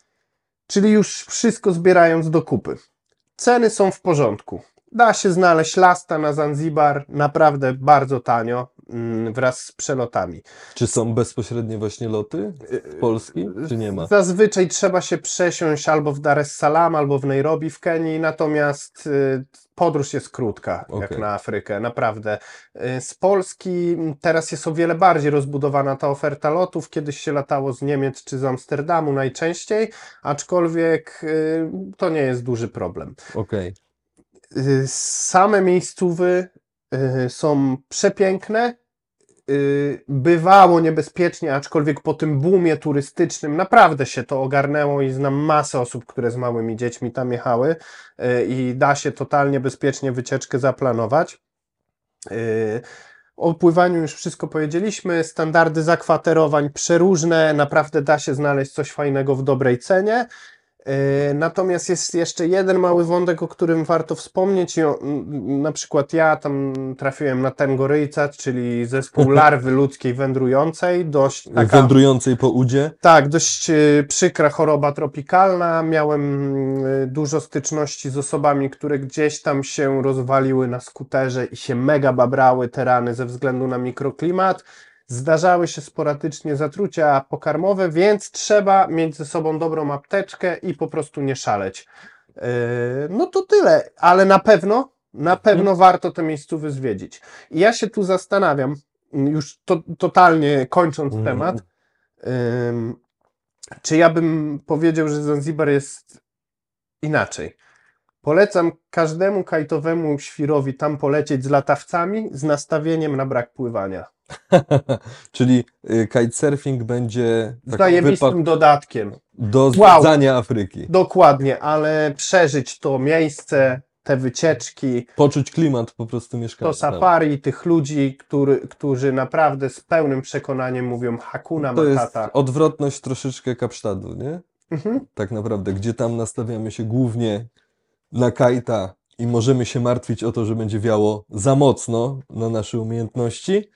Czyli już wszystko zbierając do kupy. Ceny są w porządku. Da się znaleźć lasta na Zanzibar naprawdę bardzo tanio, mm, wraz z przelotami. Czy są bezpośrednie właśnie loty z Polski, czy nie ma? Zazwyczaj trzeba się przesiąść albo w Dar es Salaam, albo w Nairobi w Kenii, natomiast y, podróż jest krótka, jak Okej. na Afrykę, naprawdę. Y, Z Polski teraz jest o wiele bardziej rozbudowana ta oferta lotów. Kiedyś się latało z Niemiec czy z Amsterdamu najczęściej, aczkolwiek y, to nie jest duży problem. Okej. Y, Same miejscówy y, są przepiękne. Y, Bywało niebezpiecznie, aczkolwiek po tym boomie turystycznym naprawdę się to ogarnęło i znam masę osób, które z małymi dziećmi tam jechały y, i da się totalnie bezpiecznie wycieczkę zaplanować. Y, O pływaniu już wszystko powiedzieliśmy, standardy zakwaterowań przeróżne, naprawdę da się znaleźć coś fajnego w dobrej cenie. E, Natomiast jest jeszcze jeden mały wątek, o którym warto wspomnieć. I o, m, na przykład ja tam trafiłem na Tengoryjca, czyli zespół larwy ludzkiej wędrującej. Dość taka, Wędrującej po udzie. tak, dość e, przykra choroba tropikalna. Miałem e, dużo styczności z osobami, które gdzieś tam się rozwaliły na skuterze i się mega babrały te rany ze względu na mikroklimat. Zdarzały się sporadycznie zatrucia pokarmowe, więc trzeba mieć ze sobą dobrą apteczkę i po prostu nie szaleć. Yy, no to tyle, ale na pewno, na pewno warto te miejscówy zwiedzić. I ja się tu zastanawiam, już to, totalnie kończąc Mhm. temat, yy, czy ja bym powiedział, że Zanzibar jest inaczej. Polecam każdemu kajtowemu świrowi tam polecieć z latawcami z nastawieniem na brak pływania. Czyli y, kitesurfing będzie taką Zajebistym wypad dodatkiem. do Wow. zwiedzania Afryki. Dokładnie, ale przeżyć to miejsce, te wycieczki, Poczuć klimat po prostu mieszkania to tam. safari tych ludzi, który, którzy naprawdę z pełnym przekonaniem mówią Hakuna To jest Matata. odwrotność troszeczkę Kapsztadu, nie? Mhm. Tak naprawdę, gdzie tam nastawiamy się głównie na kajta i możemy się martwić o to, że będzie wiało za mocno na nasze umiejętności,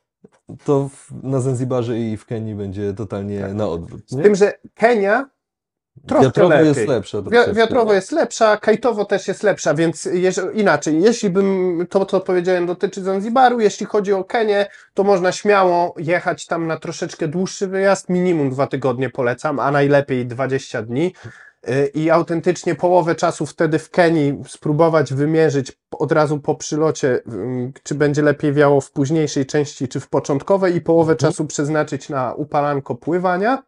to w, na Zanzibarze i w Kenii będzie totalnie Tak. na odwrót. Z Nie? tym, że Kenia troszkę Wiatrowo lepiej. jest lepsza. Wi- troszeczkę, wiatrowo nie? jest lepsza, kajtowo też jest lepsza, więc jeż- inaczej, jeśli bym to, co powiedziałem, dotyczy Zanzibaru, jeśli chodzi o Kenię, to można śmiało jechać tam na troszeczkę dłuższy wyjazd, minimum dwa tygodnie polecam, a najlepiej dwadzieścia dni. Y, I autentycznie połowę czasu wtedy w Kenii spróbować wymierzyć od razu po przylocie, ym, czy będzie lepiej wiało w późniejszej części, czy w początkowej, i połowę Mhm. czasu przeznaczyć na upalanko pływania.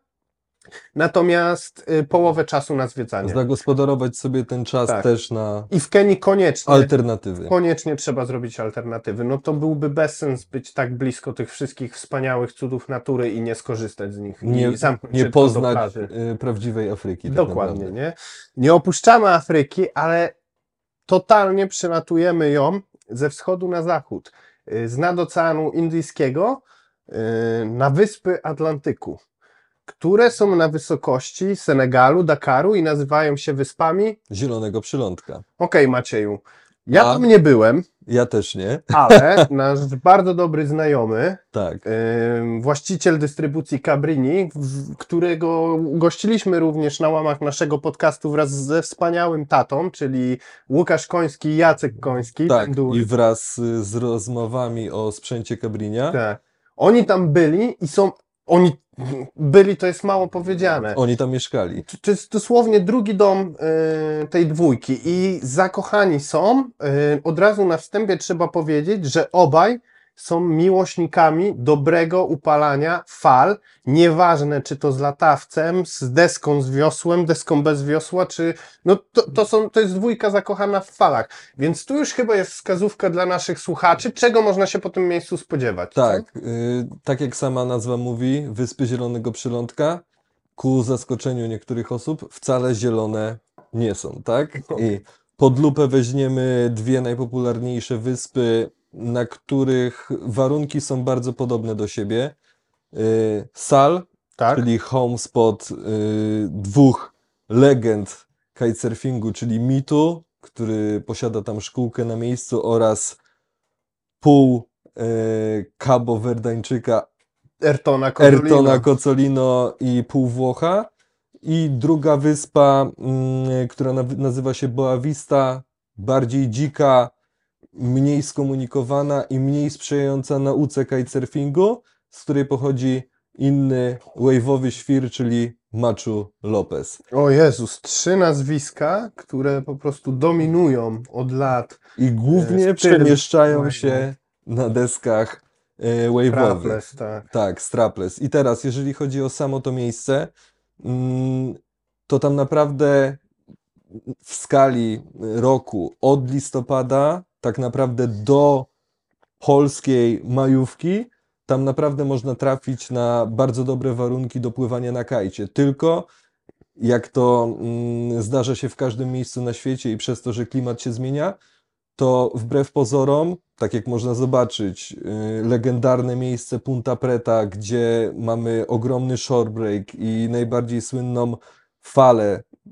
Natomiast y, połowę czasu na zwiedzanie. Zagospodarować sobie ten czas Tak. też na I w Kenii koniecznie, alternatywy. koniecznie trzeba zrobić alternatywy. No to byłby bezsens być tak blisko tych wszystkich wspaniałych cudów natury i nie skorzystać z nich. Nie, I zamknąć nie się tylko do poznać plaży. y, prawdziwej Afryki. Tak Dokładnie, naprawdę. nie? Nie opuszczamy Afryki, ale totalnie przelatujemy ją ze wschodu na zachód. Y, Z nad Oceanu Indyjskiego y, na wyspy Atlantyku, które są na wysokości Senegalu, Dakaru i nazywają się wyspami. Zielonego przylądka. Okej, Macieju, ja A? tam nie byłem, Ja też nie. ale nasz bardzo dobry znajomy, Tak. ym, właściciel dystrybucji Cabrini, w- którego gościliśmy również na łamach naszego podcastu wraz ze wspaniałym tatą, czyli Łukasz Koński i Jacek Koński. Tak. Tandury. I wraz y, z rozmowami o sprzęcie Cabrinia, Tak. Oni tam byli i są, oni byli, to jest mało powiedziane. oni tam mieszkali. To- To jest dosłownie drugi dom y, tej dwójki i zakochani są. Y, od razu na wstępie trzeba powiedzieć, że obaj są miłośnikami dobrego upalania fal. Nieważne, czy to z latawcem, z deską z wiosłem, deską bez wiosła, czy... No to, to, są, to jest dwójka zakochana w falach. Więc tu już chyba jest wskazówka dla naszych słuchaczy, czego można się po tym miejscu spodziewać. co? Tak. Y, tak jak sama nazwa mówi, Wyspy Zielonego Przylądka, ku zaskoczeniu niektórych osób, wcale zielone nie są, tak? I pod lupę weźmiemy dwie najpopularniejsze wyspy, na których warunki są bardzo podobne do siebie. Y, Sal, Tak? czyli home spot y, dwóch legend kitesurfingu, czyli Mitu, który posiada tam szkółkę na miejscu, oraz pół y, Cabo Verdańczyka Ertona Kozolino. Ertona Cozzolino i pół Włocha. I druga wyspa, mm, która na, nazywa się Boa Vista, bardziej dzika, mniej skomunikowana i mniej sprzyjająca nauce kitesurfingu, z której pochodzi inny wave'owy świr, czyli Machu Lopez. O Jezus, trzy nazwiska, które po prostu dominują od lat. I głównie styl przemieszczają wave'u. się na deskach e, wave'owych. Strapless, tak. Tak, strapless. I teraz, jeżeli chodzi o samo to miejsce, mm, to tam naprawdę w skali roku od listopada tak naprawdę do polskiej majówki, tam naprawdę można trafić na bardzo dobre warunki do pływania na kajcie. Tylko jak to mm, zdarza się w każdym miejscu na świecie i przez to, że klimat się zmienia, to wbrew pozorom, tak jak można zobaczyć, yy, legendarne miejsce Punta Preta, gdzie mamy ogromny shorebreak i najbardziej słynną falę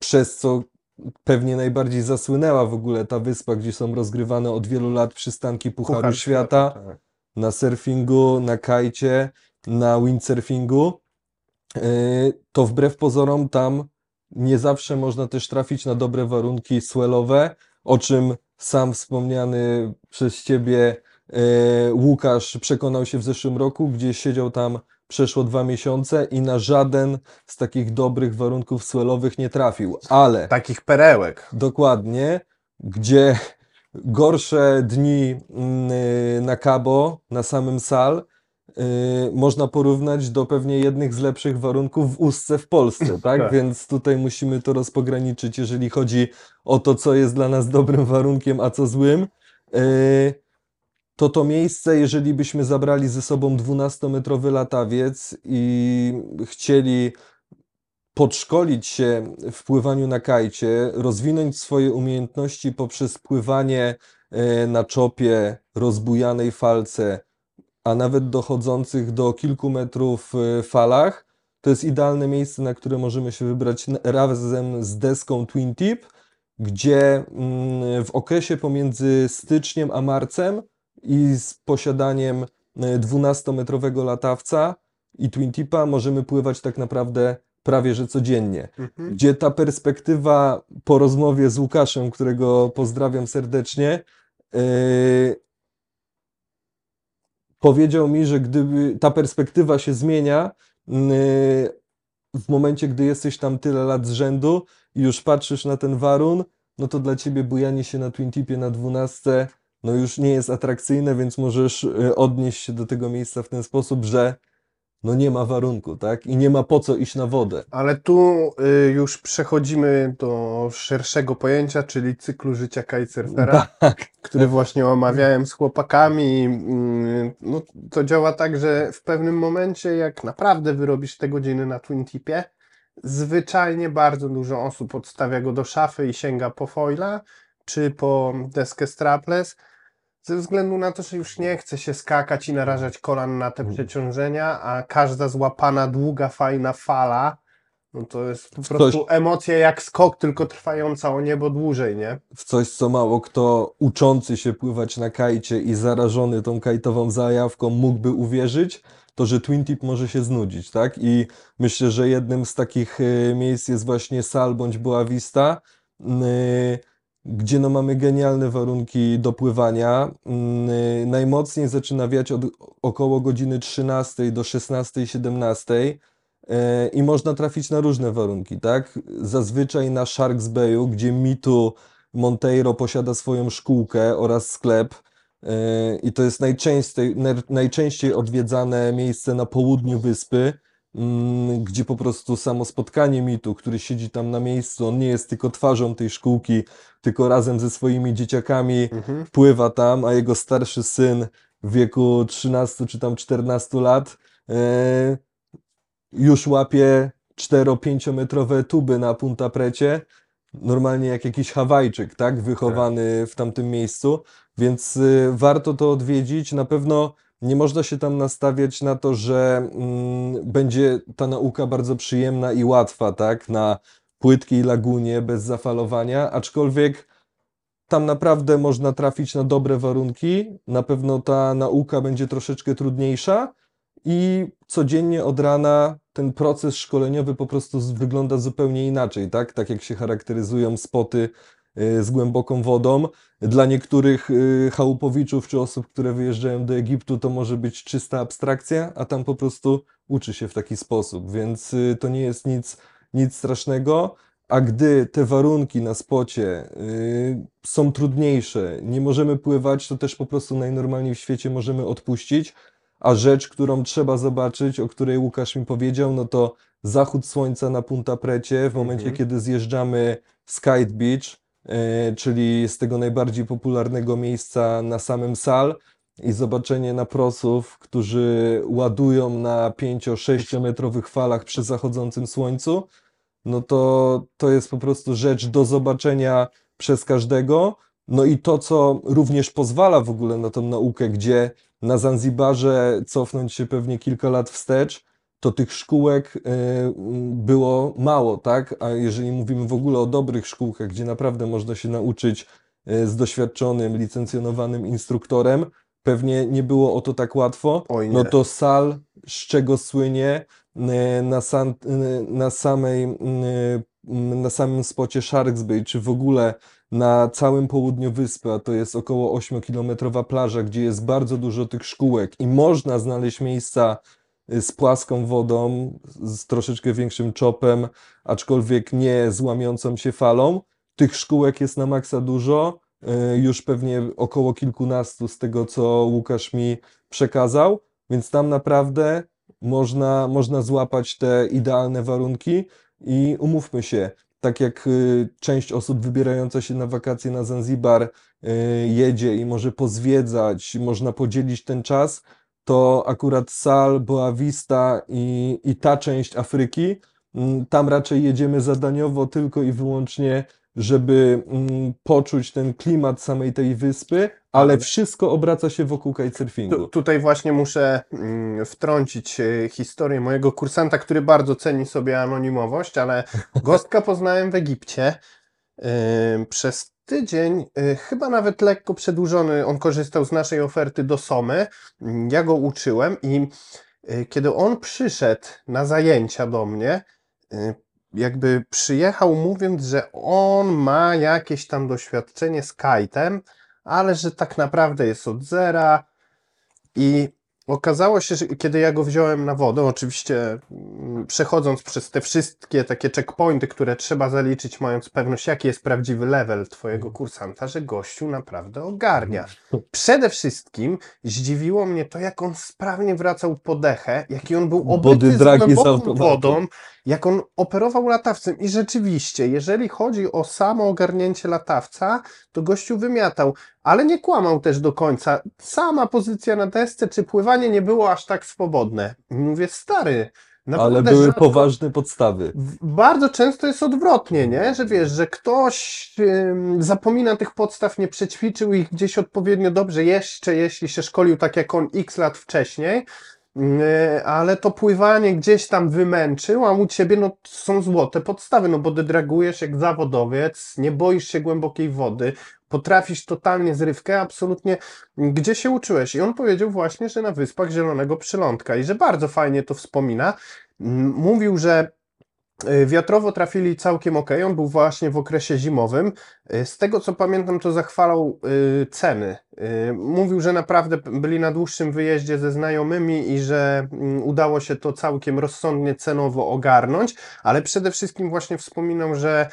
przez co pewnie najbardziej zasłynęła w ogóle ta wyspa, gdzie są rozgrywane od wielu lat przystanki Pucharu Puchar Świata, tak. na surfingu, na kajcie, na windsurfingu, yy, to wbrew pozorom tam nie zawsze można też trafić na dobre warunki swellowe, o czym sam wspomniany przez Ciebie yy, Łukasz przekonał się w zeszłym roku, gdzie siedział tam przeszło dwa miesiące i na żaden z takich dobrych warunków swellowych nie trafił, ale Takich perełek. dokładnie, gdzie gorsze dni mm, na Cabo, na samym Sal, yy, można porównać do pewnie jednych z lepszych warunków w Ustce w Polsce, tak? Tak. Więc tutaj musimy to rozpograniczyć, jeżeli chodzi o to, co jest dla nas dobrym warunkiem, a co złym. Yy, to to miejsce, jeżeli byśmy zabrali ze sobą dwunastometrowy latawiec i chcieli podszkolić się w pływaniu na kajcie, rozwinąć swoje umiejętności poprzez pływanie e, na czopie, rozbujanej falce, a nawet dochodzących do kilku metrów e, falach, to jest idealne miejsce, na które możemy się wybrać n- razem z deską Twin Tip, gdzie mm, w okresie pomiędzy styczniem a marcem i z posiadaniem e, dwunastometrowego latawca i Twin Tipa możemy pływać tak naprawdę prawie że codziennie. Mhm. Gdzie ta perspektywa po rozmowie z Łukaszem, którego pozdrawiam serdecznie, yy, powiedział mi, że gdyby ta perspektywa się zmienia yy, w momencie, gdy jesteś tam tyle lat z rzędu i już patrzysz na ten warun, no to dla ciebie bujanie się na Twin Tipie na dwunastce no już nie jest atrakcyjne, więc możesz yy, odnieść się do tego miejsca w ten sposób, że no nie ma warunku, tak? I nie ma po co iść na wodę. Ale tu y, już przechodzimy do szerszego pojęcia, czyli cyklu życia kitesurfera, Tak. który właśnie omawiałem z chłopakami. Y, no, to działa tak, że w pewnym momencie, jak naprawdę wyrobisz te godziny na Twin Tipie, zwyczajnie bardzo dużo osób odstawia go do szafy i sięga po foila, czy po deskę strapless, ze względu na to, że już nie chce się skakać i narażać kolan na te przeciążenia, a każda złapana długa, fajna fala, no to jest po prostu emocja jak skok, tylko trwająca o niebo dłużej, nie? W coś, co mało kto uczący się pływać na kajcie i zarażony tą kajtową zajawką mógłby uwierzyć, to że Twin Tip może się znudzić, tak? I myślę, że jednym z takich y, miejsc jest właśnie Sal bądź Boa Vista, y, gdzie no mamy genialne warunki do pływania. Y, najmocniej zaczyna wiać od około godziny trzynastej do szesnastej, siedemnastej. I można trafić na różne warunki, tak? Zazwyczaj na Sharks Bayu, gdzie Mitu Monteiro posiada swoją szkółkę oraz sklep. I to jest najczęściej, najczęściej odwiedzane miejsce na południu wyspy, gdzie po prostu samo spotkanie Mitu, który siedzi tam na miejscu, on nie jest tylko twarzą tej szkółki, tylko razem ze swoimi dzieciakami Mhm. wpływa tam, a jego starszy syn w wieku trzynastu czy tam czternastu lat już łapie cztero-pięciometrowe tuby na Punta Precie, normalnie jak jakiś Hawajczyk, tak, wychowany w tamtym miejscu, więc y, warto to odwiedzić. Na pewno nie można się tam nastawiać na to, że mm, będzie ta nauka bardzo przyjemna i łatwa, tak, na płytkiej lagunie, bez zafalowania, aczkolwiek tam naprawdę można trafić na dobre warunki, na pewno ta nauka będzie troszeczkę trudniejsza, i codziennie od rana ten proces szkoleniowy po prostu z- wygląda zupełnie inaczej, tak? Tak jak się charakteryzują spoty y, z głęboką wodą. Dla niektórych y, chałupowiczów czy osób, które wyjeżdżają do Egiptu, to może być czysta abstrakcja, a tam po prostu uczy się w taki sposób, więc y, to nie jest nic, nic strasznego. A gdy te warunki na spocie y, są trudniejsze, nie możemy pływać, to też po prostu najnormalniej w świecie możemy odpuścić. A rzecz, którą trzeba zobaczyć, o której Łukasz mi powiedział, no to zachód słońca na Punta Precie w momencie, Mhm. kiedy zjeżdżamy z Kite Beach, e, czyli z tego najbardziej popularnego miejsca na samym Sal, i zobaczenie naprosów, którzy ładują na pięcio-sześciometrowych falach przy zachodzącym słońcu, no to to jest po prostu rzecz do zobaczenia przez każdego. No i to, co również pozwala w ogóle na tą naukę, gdzie na Zanzibarze cofnąć się pewnie kilka lat wstecz, to tych szkółek y, było mało, tak? A jeżeli mówimy w ogóle o dobrych szkółkach, gdzie naprawdę można się nauczyć y, z doświadczonym, licencjonowanym instruktorem, pewnie nie było o to tak łatwo. Oj nie. No to Sal, z czego słynie y, na, sam, y, na samej, y, na samym spocie Sharks Bay, czy w ogóle na całym południu wyspy, a to jest około ośmiokilometrowa plaża, gdzie jest bardzo dużo tych szkółek i można znaleźć miejsca z płaską wodą, z troszeczkę większym czopem, aczkolwiek nie z łamiącą się falą. Tych szkółek jest na maksa dużo, y, już pewnie około kilkunastu z tego, co Łukasz mi przekazał, więc tam naprawdę można, można złapać te idealne warunki i umówmy się, tak jak y, część osób wybierająca się na wakacje na Zanzibar y, jedzie i może pozwiedzać, można podzielić ten czas, to akurat Sal, Boa Vista i, i ta część Afryki, mm, tam raczej jedziemy zadaniowo tylko i wyłącznie, żeby mm, poczuć ten klimat samej tej wyspy, ale Ale- wszystko obraca się wokół Tu, kitesurfingu. tutaj właśnie muszę mm, wtrącić e, historię mojego kursanta, który bardzo ceni sobie anonimowość, ale Gostka poznałem w Egipcie. E, Przez tydzień, e, chyba nawet lekko przedłużony, on korzystał z naszej oferty do Somy. Mm, Ja go uczyłem i e, kiedy on przyszedł na zajęcia do mnie, e, jakby przyjechał mówiąc, że on ma jakieś tam doświadczenie z kite'em, ale że tak naprawdę jest od zera. I okazało się, że kiedy ja go wziąłem na wodę, oczywiście mm, przechodząc przez te wszystkie takie checkpointy, które trzeba zaliczyć, mając pewność, jaki jest prawdziwy level twojego kursanta, że gościu naprawdę ogarnia. Przede wszystkim zdziwiło mnie to, jak on sprawnie wracał po dechę, jaki on był Body obyty z dragi z głęboką automatu. wodą, jak on operował latawcem. I rzeczywiście, jeżeli chodzi o samo ogarnięcie latawca, to gościu wymiatał, ale nie kłamał też do końca. Sama pozycja na desce czy pływanie nie było aż tak swobodne. I mówię, stary, Ale naprawdę były rzadko- poważne podstawy. w- Bardzo często jest odwrotnie, nie? Że wiesz, że ktoś ym, zapomina tych podstaw, nie przećwiczył ich gdzieś odpowiednio dobrze, jeszcze jeśli się szkolił tak jak on x lat wcześniej, yy, ale to pływanie gdzieś tam wymęczył, a u ciebie no, są złote podstawy, no bo dedragujesz jak zawodowiec, nie boisz się głębokiej wody, potrafisz totalnie zrywkę, absolutnie. Gdzie się uczyłeś? I on powiedział właśnie, że na Wyspach Zielonego Przylądka i że bardzo fajnie to wspomina. Mm, Mówił, że y, wiatrowo trafili całkiem ok. On był właśnie w okresie zimowym. Y, Z tego co pamiętam, to zachwalał y, ceny. Y, Mówił, że naprawdę p- byli na dłuższym wyjeździe ze znajomymi i że mm, udało się to całkiem rozsądnie cenowo ogarnąć, ale przede wszystkim właśnie wspominał, że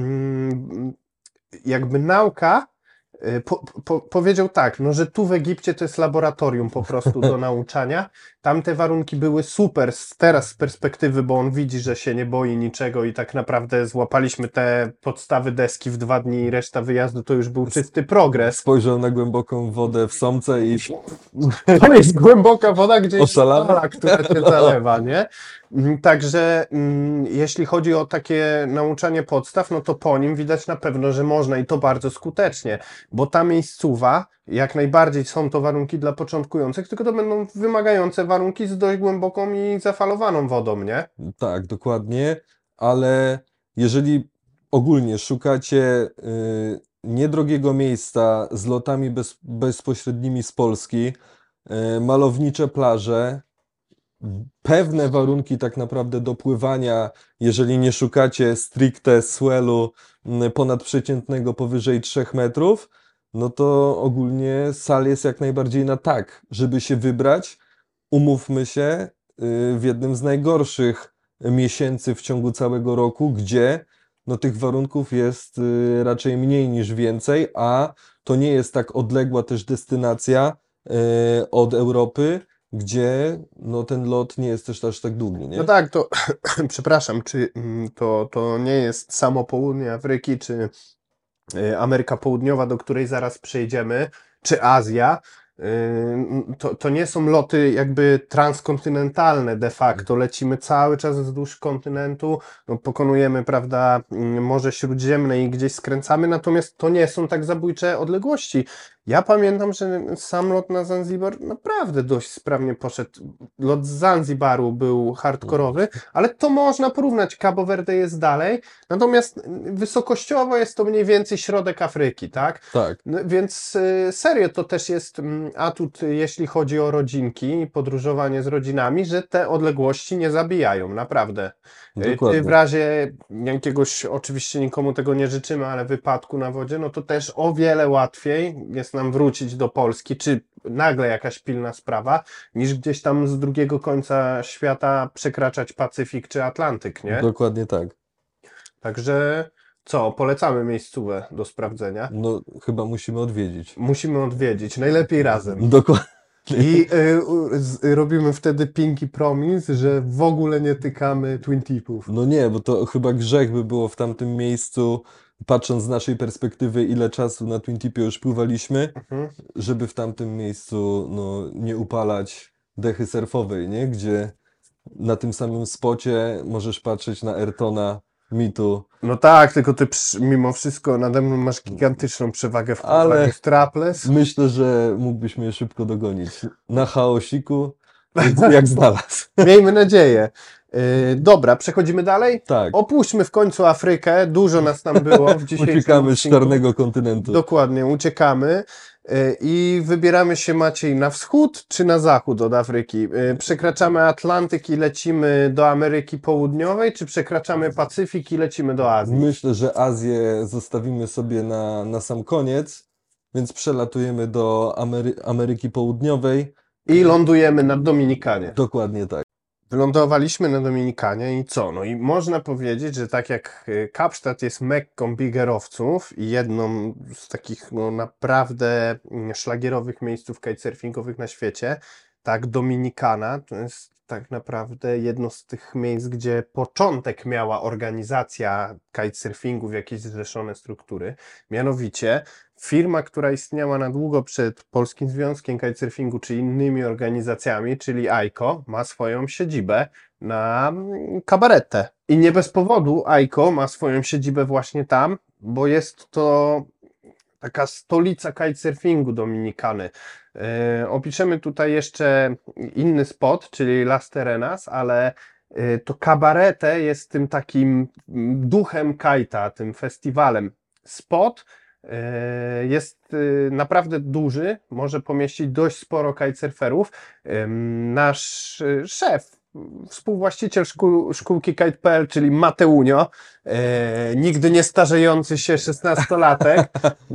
mm, jakby nauka, y, po, po, powiedział tak, no że tu w Egipcie to jest laboratorium po prostu do nauczania. Tamte warunki były super z- teraz z perspektywy, bo on widzi, że się nie boi niczego i tak naprawdę złapaliśmy te podstawy deski w dwa dni i reszta wyjazdu to już był czysty progres. Spojrzał na głęboką wodę w Somce i To jest głęboka woda, gdzie jest Oszalała? fala, która cię zalewa, nie? Mm, Także mm, jeśli chodzi o takie nauczanie podstaw, no to po nim widać na pewno, że można i to bardzo skutecznie, bo ta miejscowa, jak najbardziej są to warunki dla początkujących, tylko to będą wymagające warunki z dość głęboką i zafalowaną wodą, nie? tak, dokładnie, ale jeżeli ogólnie szukacie y, niedrogiego miejsca z lotami bez, bezpośrednimi z Polski, y, malownicze plaże, pewne warunki tak naprawdę do pływania, jeżeli nie szukacie stricte swellu mm, ponadprzeciętnego powyżej trzech metrów, no to ogólnie Sal jest jak najbardziej na tak, żeby się wybrać. Umówmy się, y, w jednym z najgorszych miesięcy w ciągu całego roku, gdzie no, tych warunków jest y, raczej mniej niż więcej, a to nie jest tak odległa też destynacja y, od Europy, gdzie no, ten lot nie jest też aż tak długi, nie? No tak, to przepraszam, czy mm, to, to nie jest samo południe Afryki, czy y, Ameryka Południowa, do której zaraz przejdziemy, czy Azja, y, to, to nie są loty jakby transkontynentalne de facto, lecimy cały czas wzdłuż kontynentu, no, pokonujemy, prawda, mm, Morze Śródziemne i gdzieś skręcamy, natomiast to nie są tak zabójcze odległości. Ja pamiętam, że sam lot na Zanzibar naprawdę dość sprawnie poszedł. Lot z Zanzibaru był hardkorowy, ale to można porównać. Cabo Verde jest dalej, natomiast wysokościowo jest to mniej więcej środek Afryki, tak? Tak, No, więc y, serio to też jest mm, atut, y, jeśli chodzi o rodzinki i podróżowanie z rodzinami, że te odległości nie zabijają, naprawdę. Y, Ty dokładnie. w razie jakiegoś, oczywiście nikomu tego nie życzymy, ale wypadku na wodzie, no to też o wiele łatwiej jest nam wrócić do Polski, czy nagle jakaś pilna sprawa, niż gdzieś tam z drugiego końca świata przekraczać Pacyfik czy Atlantyk, nie? Dokładnie tak. Także co, polecamy miejscówę do sprawdzenia. No, chyba musimy odwiedzić. Musimy odwiedzić, najlepiej razem. Dokładnie. I y, u- z, robimy wtedy pinky promise, że w ogóle nie tykamy Twin Tipów. No nie, bo to chyba grzech by było w tamtym miejscu, patrząc z naszej perspektywy, ile czasu na Twin Tipie już pływaliśmy, Mhm. żeby w tamtym miejscu no, nie upalać dechy surfowej, nie? Gdzie na tym samym spocie możesz patrzeć na Ayrtona, Mitu, No tak, tylko ty przy, mimo wszystko nade mną masz gigantyczną przewagę w Ale- pływaniu strapless. myślę, że mógłbyś mnie szybko dogonić. Na chaosiku, jak znalazł. Miejmy nadzieję. Y, dobra, przechodzimy dalej? Tak, Opuśćmy w końcu Afrykę, dużo nas tam było w dzisiejszym uciekamy z odcinku. czarnego kontynentu. Dokładnie, uciekamy y, i wybieramy się, Maciej, na wschód czy na zachód od Afryki? Y, Przekraczamy Atlantyk i lecimy do Ameryki Południowej, czy przekraczamy Pacyfik i lecimy do Azji? Myślę, że Azję zostawimy sobie na, na sam koniec, więc przelatujemy do Amery Ameryki Południowej. I lądujemy na Dominikanie. Dokładnie tak. Wylądowaliśmy na Dominikanie i co? No i można powiedzieć, że tak jak y, Kapsztad jest mekką bigerowców i jedną z takich no, naprawdę mm, szlagierowych miejsców kitesurfingowych na świecie, tak Dominikana to jest tak naprawdę jedno z tych miejsc, gdzie początek miała organizacja kitesurfingu w jakieś zrzeszone struktury. Mianowicie firma, która istniała na długo przed Polskim Związkiem Kitesurfingu czy innymi organizacjami, czyli AIKO, ma swoją siedzibę na mm, Cabarete. I nie bez powodu AIKO ma swoją siedzibę właśnie tam, bo jest to taka stolica kitesurfingu Dominikany. Yy, opiszemy tutaj jeszcze inny spot, czyli Las Terenas, ale yy, to Cabarete jest tym takim mm, duchem kajta, tym festiwalem. Spot yy, jest yy, naprawdę duży, może pomieścić dość sporo kitesurferów. Yy, nasz yy, szef, współwłaściciel szkół, szkółki kite kropka p l, czyli Mateunio, e, nigdy nie starzejący się szesnastolatek,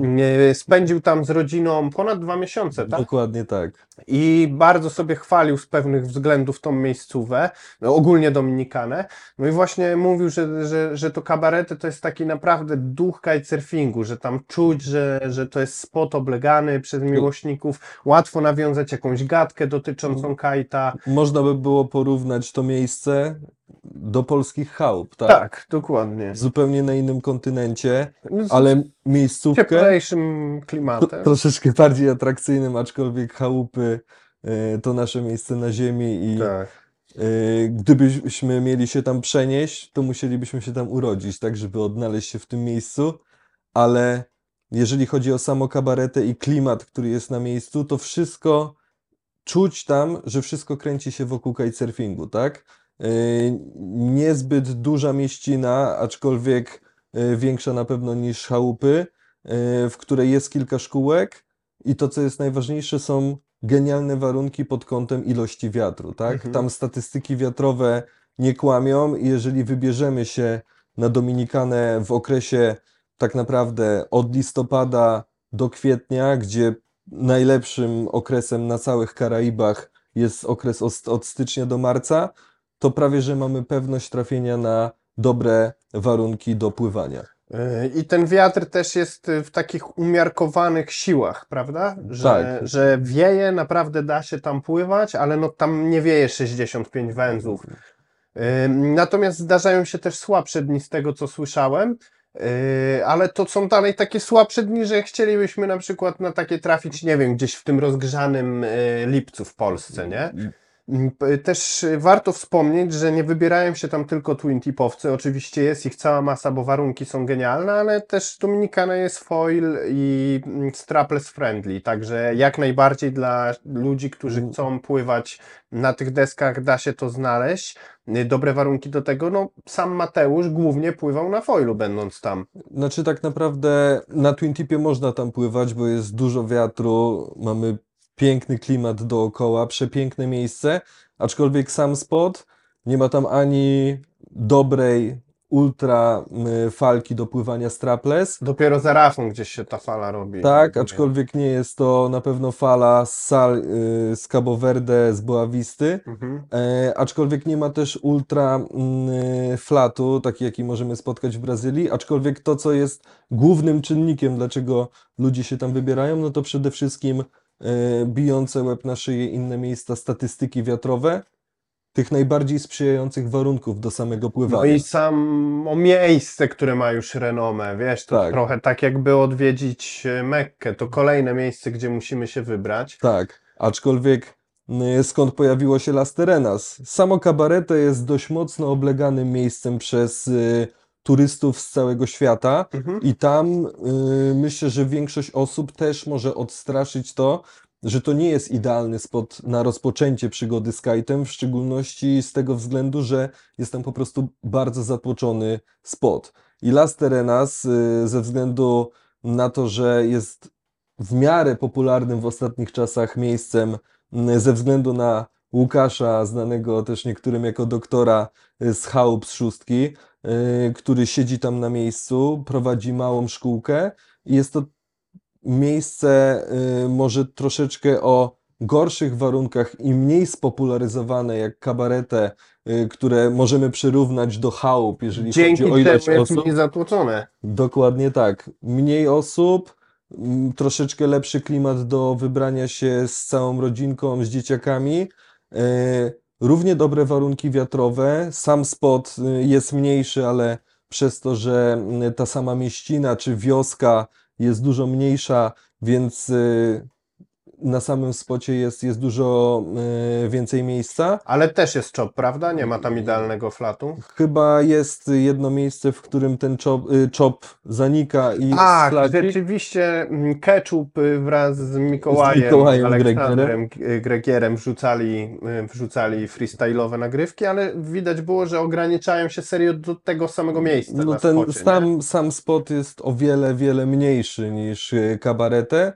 e, spędził tam z rodziną ponad dwa miesiące, tak? Dokładnie tak. I bardzo sobie chwalił z pewnych względów tą miejscówę, no, ogólnie Dominikanę. No i właśnie mówił, że, że, że to Cabarete to jest taki naprawdę duch kitesurfingu, że tam czuć, że, że to jest spot oblegany przez miłośników, łatwo nawiązać jakąś gadkę dotyczącą kajta. Można by było porównać to miejsce do polskich chałup, tak? Tak, dokładnie. Zupełnie na innym kontynencie, Z ale miejscówkę cieplejszym to, klimatem. troszeczkę bardziej atrakcyjnym, aczkolwiek chałupy e, to nasze miejsce na ziemi i Tak. e, gdybyśmy mieli się tam przenieść, to musielibyśmy się tam urodzić, tak, żeby odnaleźć się w tym miejscu, ale jeżeli chodzi o samo kabaretę i klimat, który jest na miejscu, to wszystko czuć tam, że wszystko kręci się wokół kitesurfingu, tak? Yy, niezbyt duża mieścina, aczkolwiek yy, większa na pewno niż chałupy, yy, w której jest kilka szkółek i to, co jest najważniejsze, są genialne warunki pod kątem ilości wiatru, tak? Mhm. Tam statystyki wiatrowe nie kłamią i jeżeli wybierzemy się na Dominikanę w okresie tak naprawdę od listopada do kwietnia, gdzie najlepszym okresem na całych Karaibach jest okres od, od stycznia do marca, to prawie, że mamy pewność trafienia na dobre warunki do pływania. Yy, I ten wiatr też jest w takich umiarkowanych siłach, prawda? Że, Tak. że wieje, naprawdę da się tam pływać, ale no tam nie wieje sześćdziesiąt pięć węzłów. Yy, Natomiast zdarzają się też słabsze dni z tego, co słyszałem, yy, ale to są dalej takie słabsze dni, że chcielibyśmy na przykład na takie trafić, nie wiem, gdzieś w tym rozgrzanym yy, lipcu w Polsce, nie? Mm, p- Też y, warto wspomnieć, że nie wybierają się tam tylko twin tipowcy. Oczywiście jest ich cała masa, bo warunki są genialne, ale też Dominicana jest foil i mm, strapless friendly, także jak najbardziej dla ludzi, którzy Mm. chcą pływać na tych deskach, da się to znaleźć. Y, Dobre warunki do tego. No, sam Mateusz głównie pływał na foilu, będąc tam. Znaczy tak naprawdę na Twin Tipie można tam pływać, bo jest dużo wiatru, mamy piękny klimat dookoła, przepiękne miejsce, aczkolwiek sam spot nie ma tam ani dobrej ultra y, falki do pływania strapless, Dopiero za rafą gdzieś się ta fala robi. tak, aczkolwiek nie jest to na pewno fala z, sal, y, z Cabo Verde, z Boavisty. Mhm. E, aczkolwiek nie ma też ultra mm, flatu, taki jaki możemy spotkać w Brazylii, aczkolwiek to, co jest głównym czynnikiem, dlaczego ludzie się tam wybierają, no to przede wszystkim e, bijące łeb na szyję inne miejsca, statystyki wiatrowe, tych najbardziej sprzyjających warunków do samego No pływania. i samo miejsce, które ma już renomę, wiesz, to Tak. trochę tak jakby odwiedzić e, Mekkę, to kolejne miejsce, gdzie musimy się wybrać. Tak, aczkolwiek y, skąd pojawiło się Las Terenas? Samo Cabarete jest dość mocno obleganym miejscem przez y, turystów z całego świata Mhm. i tam y, myślę, że większość osób też może odstraszyć to, że to nie jest idealny spot na rozpoczęcie przygody z kite'em, w szczególności z tego względu, że jest tam po prostu bardzo zatłoczony spot. I Las Terenas y, ze względu na to, że jest w miarę popularnym w ostatnich czasach miejscem m, ze względu na Łukasza, znanego też niektórym jako doktora y, z chałup z szóstki, y, który siedzi tam na miejscu, prowadzi małą szkółkę i jest to miejsce y, może troszeczkę o gorszych warunkach i mniej spopularyzowane jak kabarete, y, które możemy przyrównać do chałup, jeżeli Dzięki chodzi o temu ilość jest osób. mniej zatłoczone. Dokładnie tak. Mniej osób, mm, troszeczkę lepszy klimat do wybrania się z całą rodzinką, z dzieciakami. E, Równie dobre warunki wiatrowe. Sam spot y, jest mniejszy, ale przez to, że mm, ta sama mieścina czy wioska jest dużo mniejsza, więc y, na samym spocie jest, jest dużo y, więcej miejsca. Ale też jest chop, prawda? Nie ma tam idealnego flatu. Chyba jest jedno miejsce, w którym ten chop, y, chop zanika i jest Tak, flacik. rzeczywiście mm, Ketchup y, wraz z Mikołajem, Z Mikołajem Aleksandrem G- Gregierem wrzucali, y, wrzucali freestyle'owe nagrywki, ale widać było, że ograniczają się serio do tego samego miejsca No na ten spocie, nie? sam, sam spot jest o wiele, wiele mniejszy niż y, kabarete.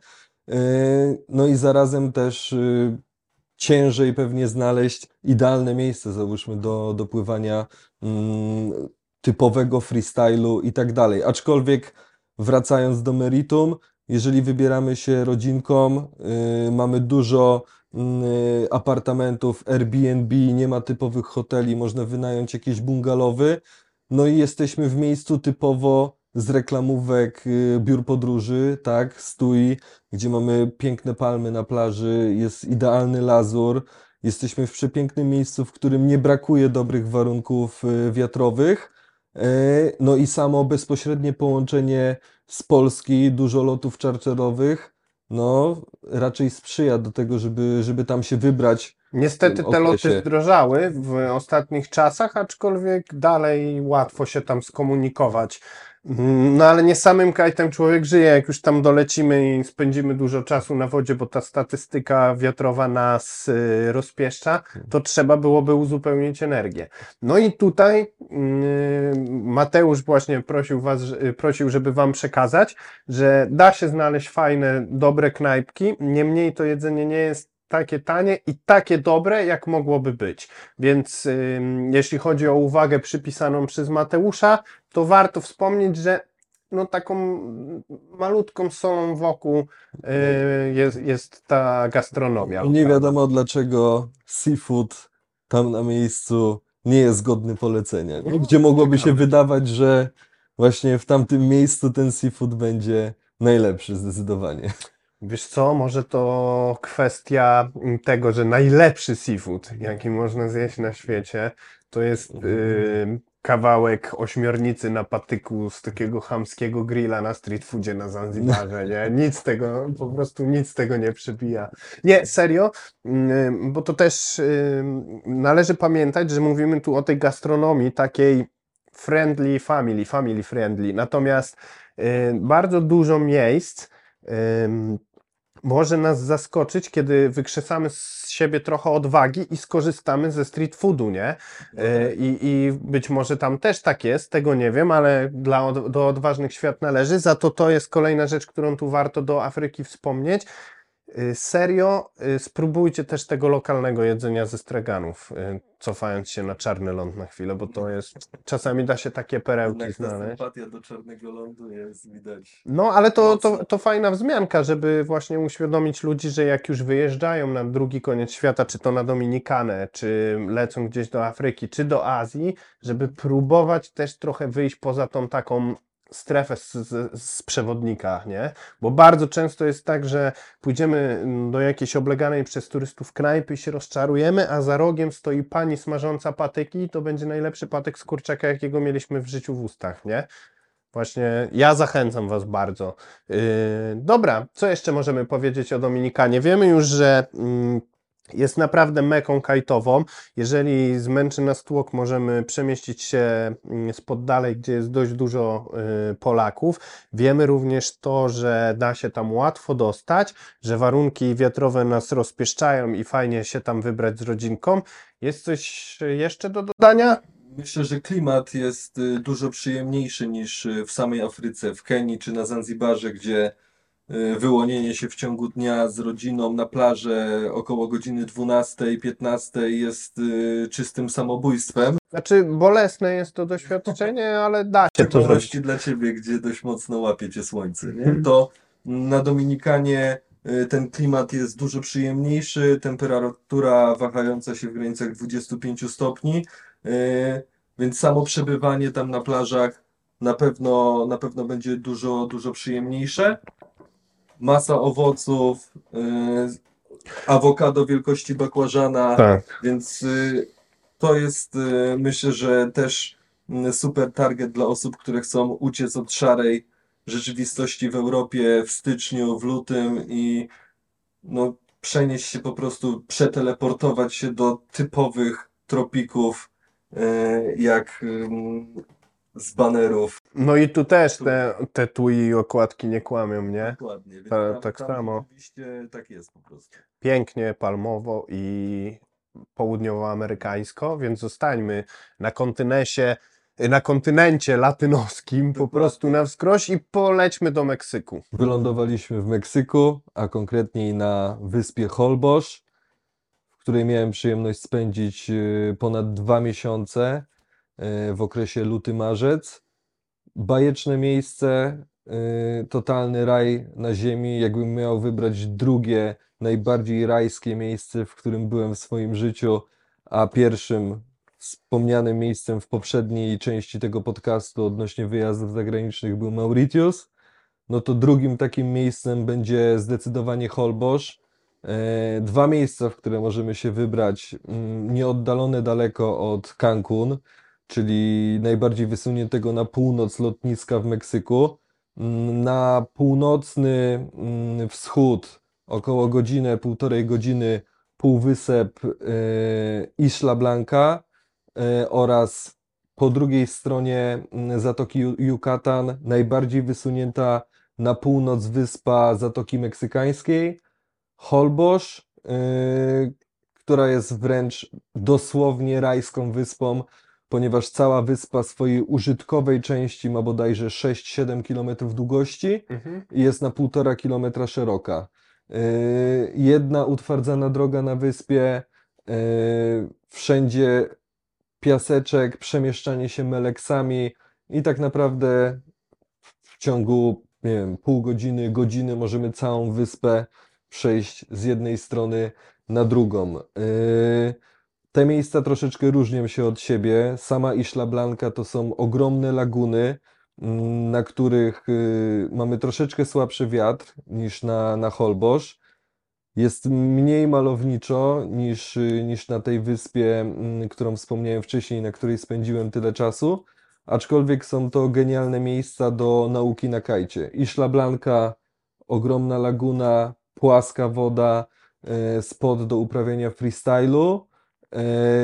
Y, No i zarazem też y, ciężej pewnie znaleźć idealne miejsce, załóżmy, do, do pływania mm, typowego freestylu i tak dalej. Aczkolwiek wracając do meritum, jeżeli wybieramy się rodzinką, y, mamy dużo y, apartamentów, Airbnb, nie ma typowych hoteli, można wynająć jakieś bungalowy, no i jesteśmy w miejscu typowo z reklamówek y, biur podróży, tak, stoi, gdzie mamy piękne palmy na plaży, jest idealny lazur, jesteśmy w przepięknym miejscu, w którym nie brakuje dobrych warunków y, wiatrowych. E, No i samo bezpośrednie połączenie z Polski, dużo lotów czarterowych, no raczej sprzyja do tego, żeby, żeby tam się wybrać. Niestety w te loty okresie. zdrożały w ostatnich czasach, aczkolwiek dalej łatwo się tam skomunikować. Mm, No ale nie samym kajtem człowiek żyje, jak już tam dolecimy i spędzimy dużo czasu na wodzie, bo ta statystyka wiatrowa nas y, rozpieszcza, to trzeba byłoby uzupełnić energię. No i tutaj y, Mateusz właśnie prosił was, że- prosił, żeby wam przekazać, że da się znaleźć fajne, dobre knajpki, niemniej to jedzenie nie jest takie tanie i takie dobre, jak mogłoby być. Więc ym, jeśli chodzi o uwagę przypisaną przez Mateusza, to warto wspomnieć, że no taką malutką solą wokół y, jest, jest ta gastronomia. I nie wiadomo dlaczego seafood tam na miejscu nie jest godny polecenia, nie? Gdzie mogłoby się ciekawe. wydawać, że właśnie w tamtym miejscu ten seafood będzie najlepszy zdecydowanie. Wiesz co, może to kwestia tego, że najlepszy seafood, jaki można zjeść na świecie, to jest y, kawałek ośmiornicy na patyku z takiego chamskiego grilla na street foodzie na Zanzibarze, nie? Nic tego, po prostu nic tego nie przebija. Nie, serio, ym, bo to też ym, należy pamiętać, że mówimy tu o tej gastronomii takiej friendly family, family friendly, natomiast ym, bardzo dużo miejsc ym, może nas zaskoczyć, kiedy wykrzesamy z siebie trochę odwagi i skorzystamy ze street foodu, nie? E, I, I być może tam też tak jest, tego nie wiem, ale dla od, do odważnych świat należy. Za to to jest kolejna rzecz, którą tu warto do Afryki wspomnieć. E, Serio, e, spróbujcie też tego lokalnego jedzenia ze straganów, e, cofając się na czarny ląd na chwilę, bo to jest, czasami da się takie perełki Jednak ta znaleźć. sympatia do czarnego lądu jest widać. No, ale to, to, Mocno. to fajna wzmianka, żeby właśnie uświadomić ludzi, że jak już wyjeżdżają na drugi koniec świata, czy to na Dominikanę, czy lecą gdzieś do Afryki, czy do Azji, żeby próbować też trochę wyjść poza tą taką strefę z, z, z przewodnika, nie? Bo bardzo często jest tak, że pójdziemy do jakiejś obleganej przez turystów knajpy i się rozczarujemy, a za rogiem stoi pani smażąca patyki i to będzie najlepszy patyk z kurczaka, jakiego mieliśmy w życiu w ustach, nie? Właśnie ja zachęcam Was bardzo. Yy, dobra, co jeszcze możemy powiedzieć o Dominikanie? Wiemy już, że mm, jest naprawdę meką kajtową. Jeżeli zmęczy nas tłok, możemy przemieścić się mm, spod dalej, gdzie jest dość dużo yy, Polaków. Wiemy również to, że da się tam łatwo dostać, że warunki wiatrowe nas rozpieszczają i fajnie się tam wybrać z rodzinką. Jest coś jeszcze do dodania? Myślę, że klimat jest y, dużo przyjemniejszy niż y, w samej Afryce, w Kenii czy na Zanzibarze, gdzie y, wyłonienie się w ciągu dnia z rodziną na plażę około godziny dwunastej, piętnastej jest y, czystym samobójstwem. Znaczy, bolesne jest to doświadczenie, ale da W się to zrobić. szczególności dla Ciebie, gdzie dość mocno łapie Cię słońce, nie? To na Dominikanie y, ten klimat jest dużo przyjemniejszy, temperatura wahająca się w granicach dwudziestu pięciu stopni, y, więc samo przebywanie tam na plażach na pewno, na pewno będzie dużo, dużo przyjemniejsze. Masa owoców, y, awokado wielkości bakłażana, Tak. więc y, to jest, y, myślę, że też y, super target dla osób, które chcą uciec od szarej rzeczywistości w Europie w styczniu, w lutym i no, przenieść się po prostu, przeteleportować się do typowych tropików, y, jak y, z banerów. No i tu też te, te tui i okładki nie kłamią, nie? Dokładnie, więc Ta- tam, tak tam samo. rzeczywiście tak jest po prostu. Pięknie, palmowo i południowoamerykańsko, więc zostańmy na kontynencie, na kontynencie latynoskim, po Dokładnie. prostu na wskroś i polećmy do Meksyku. Wylądowaliśmy w Meksyku, a konkretniej na wyspie Holbox, w której miałem przyjemność spędzić y, ponad dwa miesiące y, w okresie luty-marzec. Bajeczne miejsce, y, totalny raj na ziemi. Jakbym miał wybrać drugie, najbardziej rajskie miejsce, w którym byłem w swoim życiu, a pierwszym wspomnianym miejscem w poprzedniej części tego podcastu odnośnie wyjazdów zagranicznych był Mauritius, no to drugim takim miejscem będzie zdecydowanie Holbox. E, Dwa miejsca, w które możemy się wybrać, mm, nieoddalone daleko od Cancun, czyli najbardziej wysuniętego na północ lotniska w Meksyku. Mm, Na północny mm, wschód, około godzinę, półtorej godziny, półwysep e, Isla Blanca e, oraz po drugiej stronie mm, Zatoki Ju- Yucatan, najbardziej wysunięta na północ wyspa Zatoki Meksykańskiej, Holbox, yy, która jest wręcz dosłownie rajską wyspą, ponieważ cała wyspa swojej użytkowej części ma bodajże sześć siedem kilometrów długości i jest na półtora kilometra szeroka. Yy, jedna utwardzana droga na wyspie, yy, wszędzie piaseczek, przemieszczanie się meleksami i tak naprawdę w ciągu, nie wiem, pół godziny, godziny możemy całą wyspę przejść z jednej strony na drugą. Yy, Te miejsca troszeczkę różnią się od siebie. Sama Isla Blanca to są ogromne laguny, mm, na których yy, mamy troszeczkę słabszy wiatr niż na, na Holbox. Jest mniej malowniczo niż, niż na tej wyspie, mm, którą wspomniałem wcześniej, na której spędziłem tyle czasu, aczkolwiek są to genialne miejsca do nauki na kajcie. Isla Blanca, ogromna laguna, płaska woda, e, spot do uprawiania freestylu, e,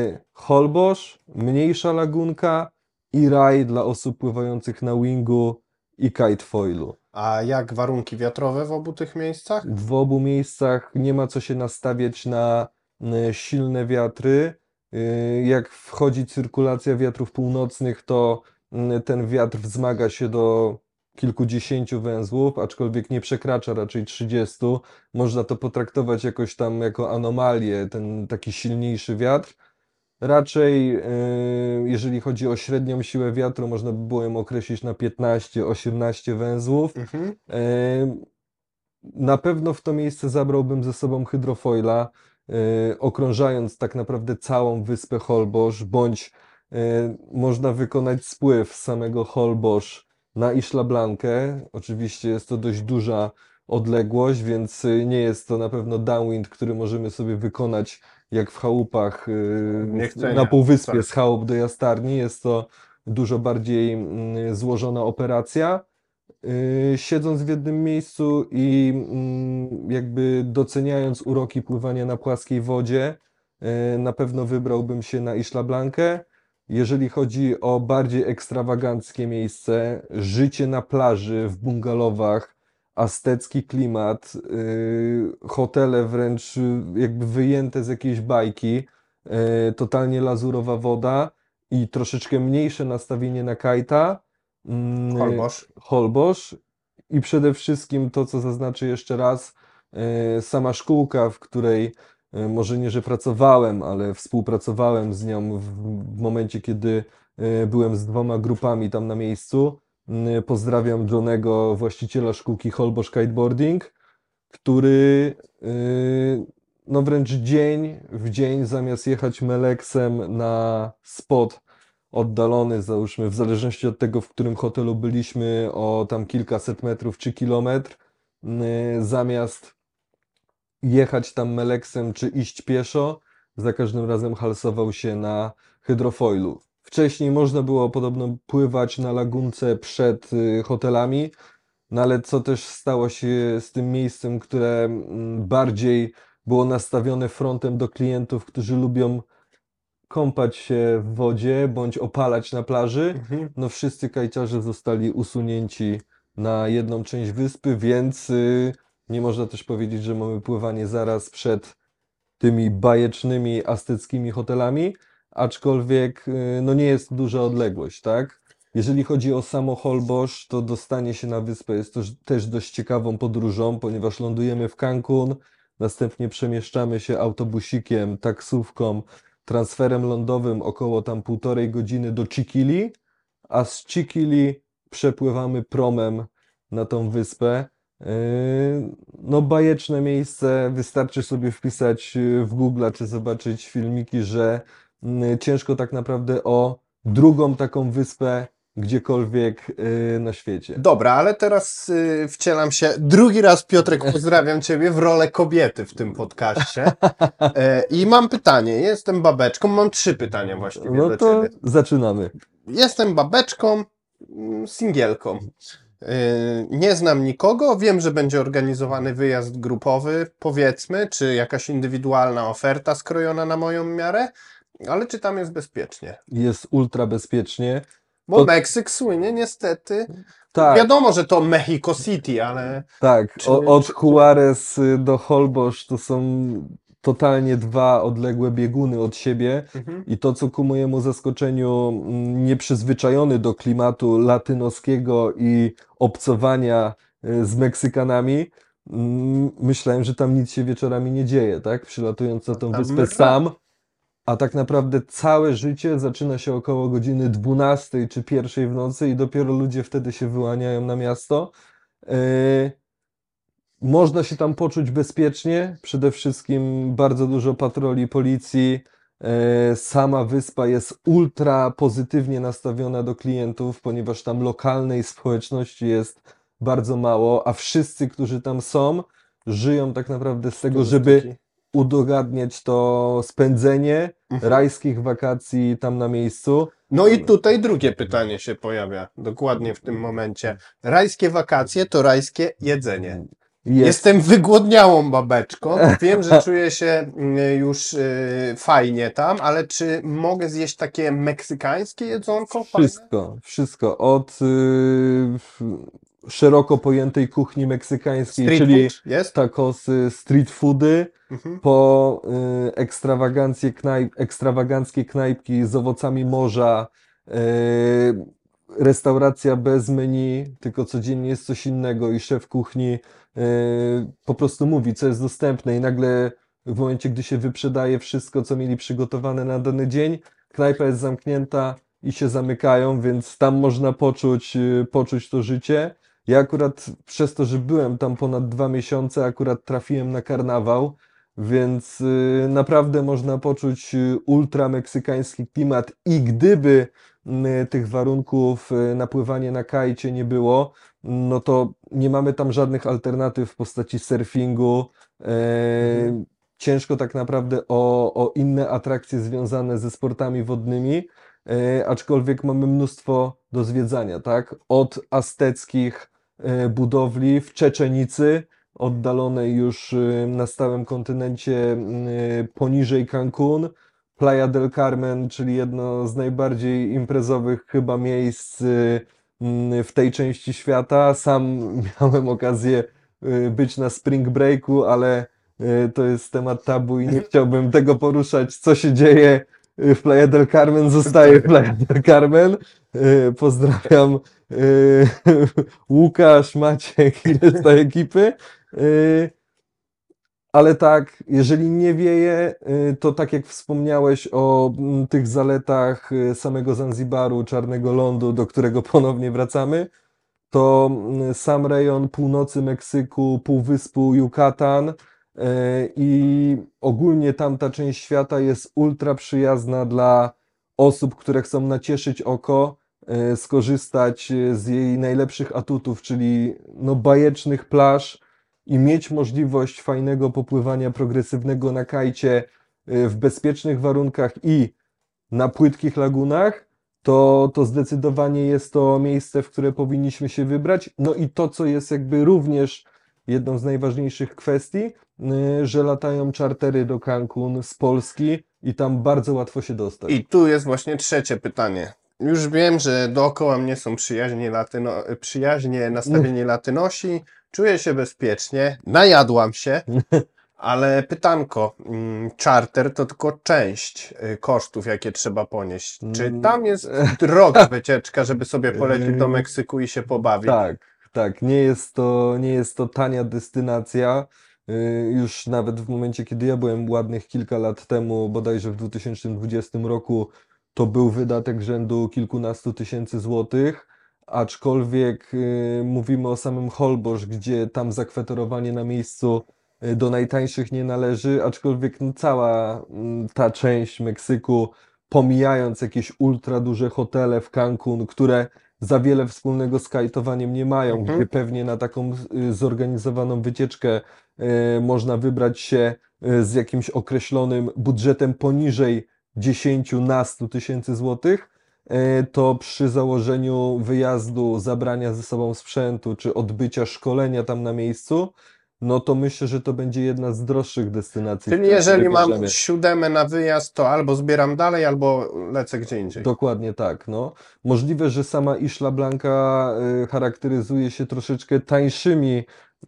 Holbox, mniejsza lagunka i raj dla osób pływających na wingu i kitefoilu. A jak warunki wiatrowe w obu tych miejscach? W obu miejscach nie ma co się nastawiać na e, silne wiatry. E, Jak wchodzi cyrkulacja wiatrów północnych, to mm, ten wiatr wzmaga się do kilkudziesięciu węzłów, aczkolwiek nie przekracza raczej trzydziestu. Można to potraktować jakoś tam jako anomalię, ten taki silniejszy wiatr. Raczej, e, jeżeli chodzi o średnią siłę wiatru, można by było ją określić na piętnaście osiemnaście węzłów. Mhm. E, Na pewno w to miejsce zabrałbym ze sobą hydrofoila, e, okrążając tak naprawdę całą wyspę Holbox, bądź e, można wykonać spływ z samego Holbox na Isla Blankę. Oczywiście jest to dość duża odległość, więc e, nie jest to na pewno downwind, który możemy sobie wykonać jak w chałupach e, Niechcenia, na półwyspie tak. z chałup do jastarni. Jest to dużo bardziej mm, złożona operacja. Yy, siedząc w jednym miejscu i mm, jakby doceniając uroki pływania na płaskiej wodzie, yy, na pewno wybrałbym się na Isla Blankę. Jeżeli chodzi o bardziej ekstrawaganckie miejsce, życie na plaży, w bungalowach, aztecki klimat, yy, hotele wręcz yy, jakby wyjęte z jakiejś bajki, yy, totalnie lazurowa woda i troszeczkę mniejsze nastawienie na kajta. Mm, Holbox. Holbox i przede wszystkim to, co zaznaczę jeszcze raz, e, sama szkółka, w której e, może nie, że pracowałem, ale współpracowałem z nią w, w momencie, kiedy e, byłem z dwoma grupami tam na miejscu. Mm, Pozdrawiam Johnego, właściciela szkółki Holbox Kiteboarding, który e, no wręcz dzień w dzień, zamiast jechać Meleksem na spot oddalony, załóżmy, w zależności od tego, w którym hotelu byliśmy, o tam kilkaset metrów czy kilometr, yy, zamiast jechać tam Meleksem czy iść pieszo, za każdym razem halsował się na hydrofoilu. Wcześniej można było podobno pływać na lagunce przed yy, hotelami, no ale co też stało się z tym miejscem, które mm, bardziej było nastawione frontem do klientów, którzy lubią kąpać się w wodzie bądź opalać na plaży, Mhm. no wszyscy kajciarze zostali usunięci na jedną część wyspy, więc y, nie można też powiedzieć, że mamy pływanie zaraz przed tymi bajecznymi azteckimi hotelami, aczkolwiek y, no nie jest duża odległość, tak? Jeżeli chodzi o samo Holbox, to dostanie się na wyspę jest to też dość ciekawą podróżą, ponieważ lądujemy w Cancun, następnie przemieszczamy się autobusikiem, taksówką, transferem lądowym około tam półtorej godziny do Chiquili, a z Chiquili przepływamy promem na tą wyspę. Yy, No bajeczne miejsce, wystarczy sobie wpisać yy, w Google czy zobaczyć filmiki, że yy, ciężko tak naprawdę o drugą taką wyspę gdziekolwiek yy, na świecie. Dobra, ale teraz y, wcielam się drugi raz, Piotrek, pozdrawiam Ciebie, w rolę kobiety w tym podcaście. E, I mam pytanie, jestem babeczką, mam trzy pytania właściwie No do to Ciebie. zaczynamy. Jestem babeczką, mm, singielką. E, nie znam nikogo, wiem, że będzie organizowany wyjazd grupowy, powiedzmy, czy jakaś indywidualna oferta skrojona na moją miarę, ale czy tam jest bezpiecznie? Jest ultra bezpiecznie. Bo To- Meksyk słynie niestety. Tak. Wiadomo, że to Mexico City, ale Tak, Czy- o, od czy- Juarez y, do Holbox to są totalnie dwa odległe bieguny od siebie Mhm. i to, co ku mojemu zaskoczeniu mm, nieprzyzwyczajony do klimatu latynoskiego i obcowania y, z Meksykanami, mm, myślałem, że tam nic się wieczorami nie dzieje, tak? Przylatując na tą Tam wyspę mra. sam, a tak naprawdę całe życie zaczyna się około godziny dwunastej czy pierwszej w nocy i dopiero ludzie wtedy się wyłaniają na miasto. Yy, Można się tam poczuć bezpiecznie, przede wszystkim bardzo dużo patroli policji. E, Sama wyspa jest ultra pozytywnie nastawiona do klientów, ponieważ tam lokalnej społeczności jest bardzo mało, a wszyscy, którzy tam są, żyją tak naprawdę z tego, żeby Turystyki. udogadniać to spędzenie Mhm. rajskich wakacji tam na miejscu. No i tutaj drugie pytanie się pojawia, dokładnie w tym momencie. Rajskie wakacje to rajskie jedzenie. Jest. Jestem wygłodniałą babeczką. Wiem, że czuję się mm, już y, fajnie tam, ale czy mogę zjeść takie meksykańskie jedzonko? fajne? Wszystko, wszystko. Od y, szeroko pojętej kuchni meksykańskiej, Street czyli food jest? tacosy, street foody, Mhm. po y, ekstrawagancje knajp, ekstrawaganckie knajpki z owocami morza, y, restauracja bez menu, tylko codziennie jest coś innego i szef kuchni y, po prostu mówi, co jest dostępne i nagle w momencie, gdy się wyprzedaje wszystko, co mieli przygotowane na dany dzień, knajpa jest zamknięta i się zamykają, więc tam można poczuć, y, poczuć to życie. Ja akurat przez to, że byłem tam ponad dwa miesiące, akurat trafiłem na karnawał, więc y, naprawdę można poczuć y, ultra meksykański klimat i gdyby y, tych warunków y, na pływanie na kajcie nie było, no to nie mamy tam żadnych alternatyw w postaci surfingu. E, Mhm. Ciężko tak naprawdę o, o inne atrakcje związane ze sportami wodnymi, e, aczkolwiek mamy mnóstwo do zwiedzania, tak? Od azteckich e, budowli w Czeczenicy, oddalonej już y, na stałym kontynencie y, poniżej Cancun, Playa del Carmen, czyli jedno z najbardziej imprezowych chyba miejsc y, y, w tej części świata. Sam miałem okazję y, być na spring breaku, ale y, to jest temat tabu i nie chciałbym tego poruszać, co się dzieje y, w Playa del Carmen, zostaje w Playa del Carmen. Y, Pozdrawiam y, Łukasz, Maciek i reszta ekipy. Y, Ale tak, jeżeli nie wieje, y, to tak jak wspomniałeś o mm, tych zaletach y, samego Zanzibaru, Czarnego Lądu, do którego ponownie wracamy, to mm, sam rejon północy Meksyku, półwyspu Yucatan y, i ogólnie tamta część świata jest ultra przyjazna dla osób, które chcą nacieszyć oko, y, skorzystać y, z jej najlepszych atutów, czyli no, bajecznych plaż i mieć możliwość fajnego popływania progresywnego na kajcie y, w bezpiecznych warunkach i na płytkich lagunach, to, to zdecydowanie jest to miejsce, w które powinniśmy się wybrać. No i to, co jest jakby również jedną z najważniejszych kwestii, y, że latają czartery do Cancun z Polski i tam bardzo łatwo się dostać. I tu jest właśnie trzecie pytanie. Już wiem, że dookoła mnie są przyjaźnie, latyno, przyjaźnie nastawieni latynosi. Czuję się bezpiecznie. Najadłam się. Ale pytanko, mm, charter to tylko część y, kosztów, jakie trzeba ponieść. Czy Mm. tam jest droga wycieczka, żeby sobie polecieć do Meksyku i się pobawić? Tak, tak, nie jest to, nie jest to tania destynacja. Y, Już nawet w momencie, kiedy ja byłem ładnych kilka lat temu, bodajże w dwa tysiące dwudziestym roku, to był wydatek rzędu kilkunastu tysięcy złotych, aczkolwiek y, mówimy o samym Holbox, gdzie tam zakwaterowanie na miejscu y, do najtańszych nie należy, aczkolwiek no, cała mm, ta część Meksyku, pomijając jakieś ultra duże hotele w Cancun, które za wiele wspólnego z kajtowaniem nie mają, Mhm. gdzie pewnie na taką y, zorganizowaną wycieczkę y, można wybrać się y, z jakimś określonym budżetem poniżej dziesięciu na stu tysięcy złotych, y, to przy założeniu wyjazdu, zabrania ze sobą sprzętu, czy odbycia szkolenia tam na miejscu, no to myślę, że to będzie jedna z droższych destynacji, Czyli które się jeżeli mam wybierzemy. siódemę na wyjazd, to albo zbieram dalej, albo lecę gdzie indziej. Dokładnie tak, no. Możliwe, że sama Isla Blanca y, charakteryzuje się troszeczkę tańszymi, y,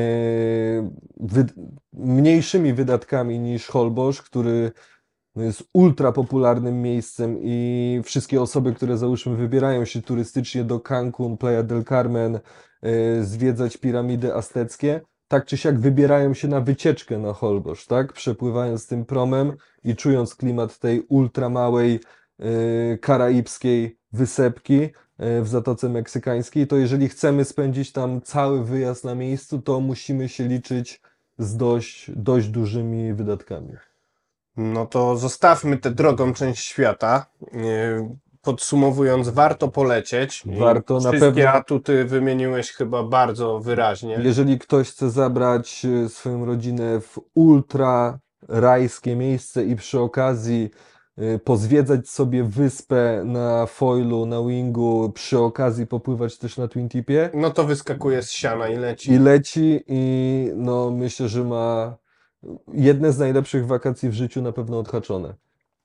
wyd mniejszymi wydatkami niż Holbox, który jest ultra popularnym miejscem i wszystkie osoby, które załóżmy wybierają się turystycznie do Cancun, Playa del Carmen, y, zwiedzać piramidy azteckie, tak czy siak wybierają się na wycieczkę na Holbox, tak? Przepływając tym promem i czując klimat tej ultra małej y, karaibskiej wysepki y, w Zatoce Meksykańskiej, to jeżeli chcemy spędzić tam cały wyjazd na miejscu, to musimy się liczyć z dość, dość dużymi wydatkami. No to zostawmy tę drogą część świata. Yy, podsumowując, warto polecieć. I Warto, na wszystkie pewno. atuty wymieniłeś chyba bardzo wyraźnie. Jeżeli ktoś chce zabrać e, swoją rodzinę w ultra rajskie miejsce i przy okazji e, pozwiedzać sobie wyspę na foilu, na wingu, przy okazji popływać też na Twin Tipie No to wyskakuje z siana i leci. i leci i no myślę, że ma jedne z najlepszych wakacji w życiu na pewno odhaczone.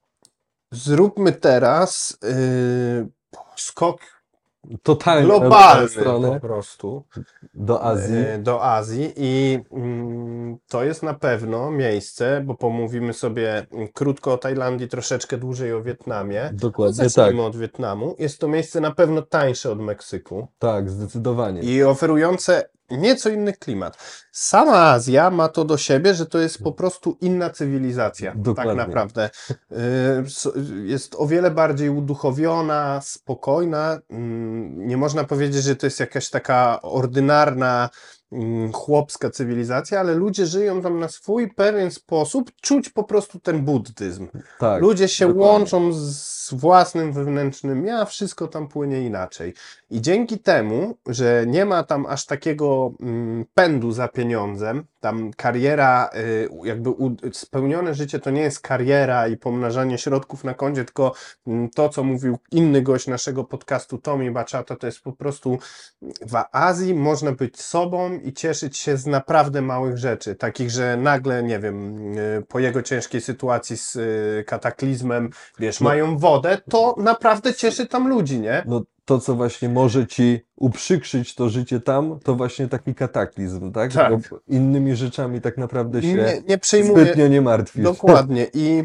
Zróbmy teraz yy, skok Totalnie na drugą globalny po stronę prostu do Azji. yy, do Azji i mm, to jest na pewno miejsce, bo pomówimy sobie krótko o Tajlandii, troszeczkę dłużej o Wietnamie. Dokładnie tak. Zacznijmy od Wietnamu. Jest to miejsce na pewno tańsze od Meksyku Tak, zdecydowanie. i oferujące nieco inny klimat. Sama Azja ma to do siebie, że to jest po prostu inna cywilizacja. Dokładnie. Tak naprawdę. Y, s- Jest o wiele bardziej uduchowiona, spokojna. Mm, Nie można powiedzieć, że to jest jakaś taka ordynarna, mm, chłopska cywilizacja, ale ludzie żyją tam na swój pewien sposób. Czuć po prostu ten buddyzm. Tak, Ludzie się dokładnie. łączą z własnym wewnętrznym ja, wszystko tam płynie inaczej. I dzięki temu, że nie ma tam aż takiego mm, pędu za pieniądzem, tam kariera, y, jakby u, spełnione życie to nie jest kariera i pomnażanie środków na koncie, tylko mm, to, co mówił inny gość naszego podcastu, Tommy Bachata, to jest po prostu w Azji można być sobą i cieszyć się z naprawdę małych rzeczy, takich, że nagle, nie wiem, y, po jego ciężkiej sytuacji z y, kataklizmem, wiesz, No. mają wodę, to naprawdę cieszy tam ludzi, nie? No to, co właśnie może ci uprzykrzyć to życie tam, to właśnie taki kataklizm, tak? Tak. Bo innymi rzeczami tak naprawdę się Nie, nie przejmuję. zbytnio nie martwisz. Dokładnie. I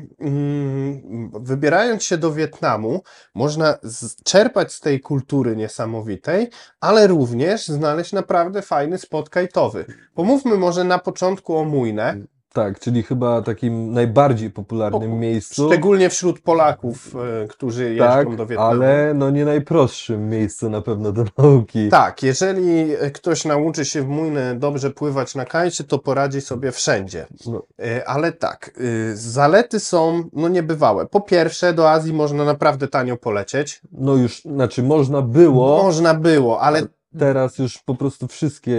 mm, wybierając się do Wietnamu, można z, czerpać z tej kultury niesamowitej, ale również znaleźć naprawdę fajny spot kajtowy. Pomówmy może na początku o Mujne, Tak, czyli chyba takim najbardziej popularnym O, miejscu. szczególnie wśród Polaków, e, którzy jeżdżą Tak, do Wietnamu. ale no nie najprostszym miejscu na pewno do nauki. Tak, jeżeli ktoś nauczy się w Mujne dobrze pływać na kajcie, to poradzi sobie wszędzie. No, E, Ale tak, y, zalety są no niebywałe. Po pierwsze, do Azji można naprawdę tanio polecieć. no już, znaczy można było, Można było, ale teraz już po prostu wszystkie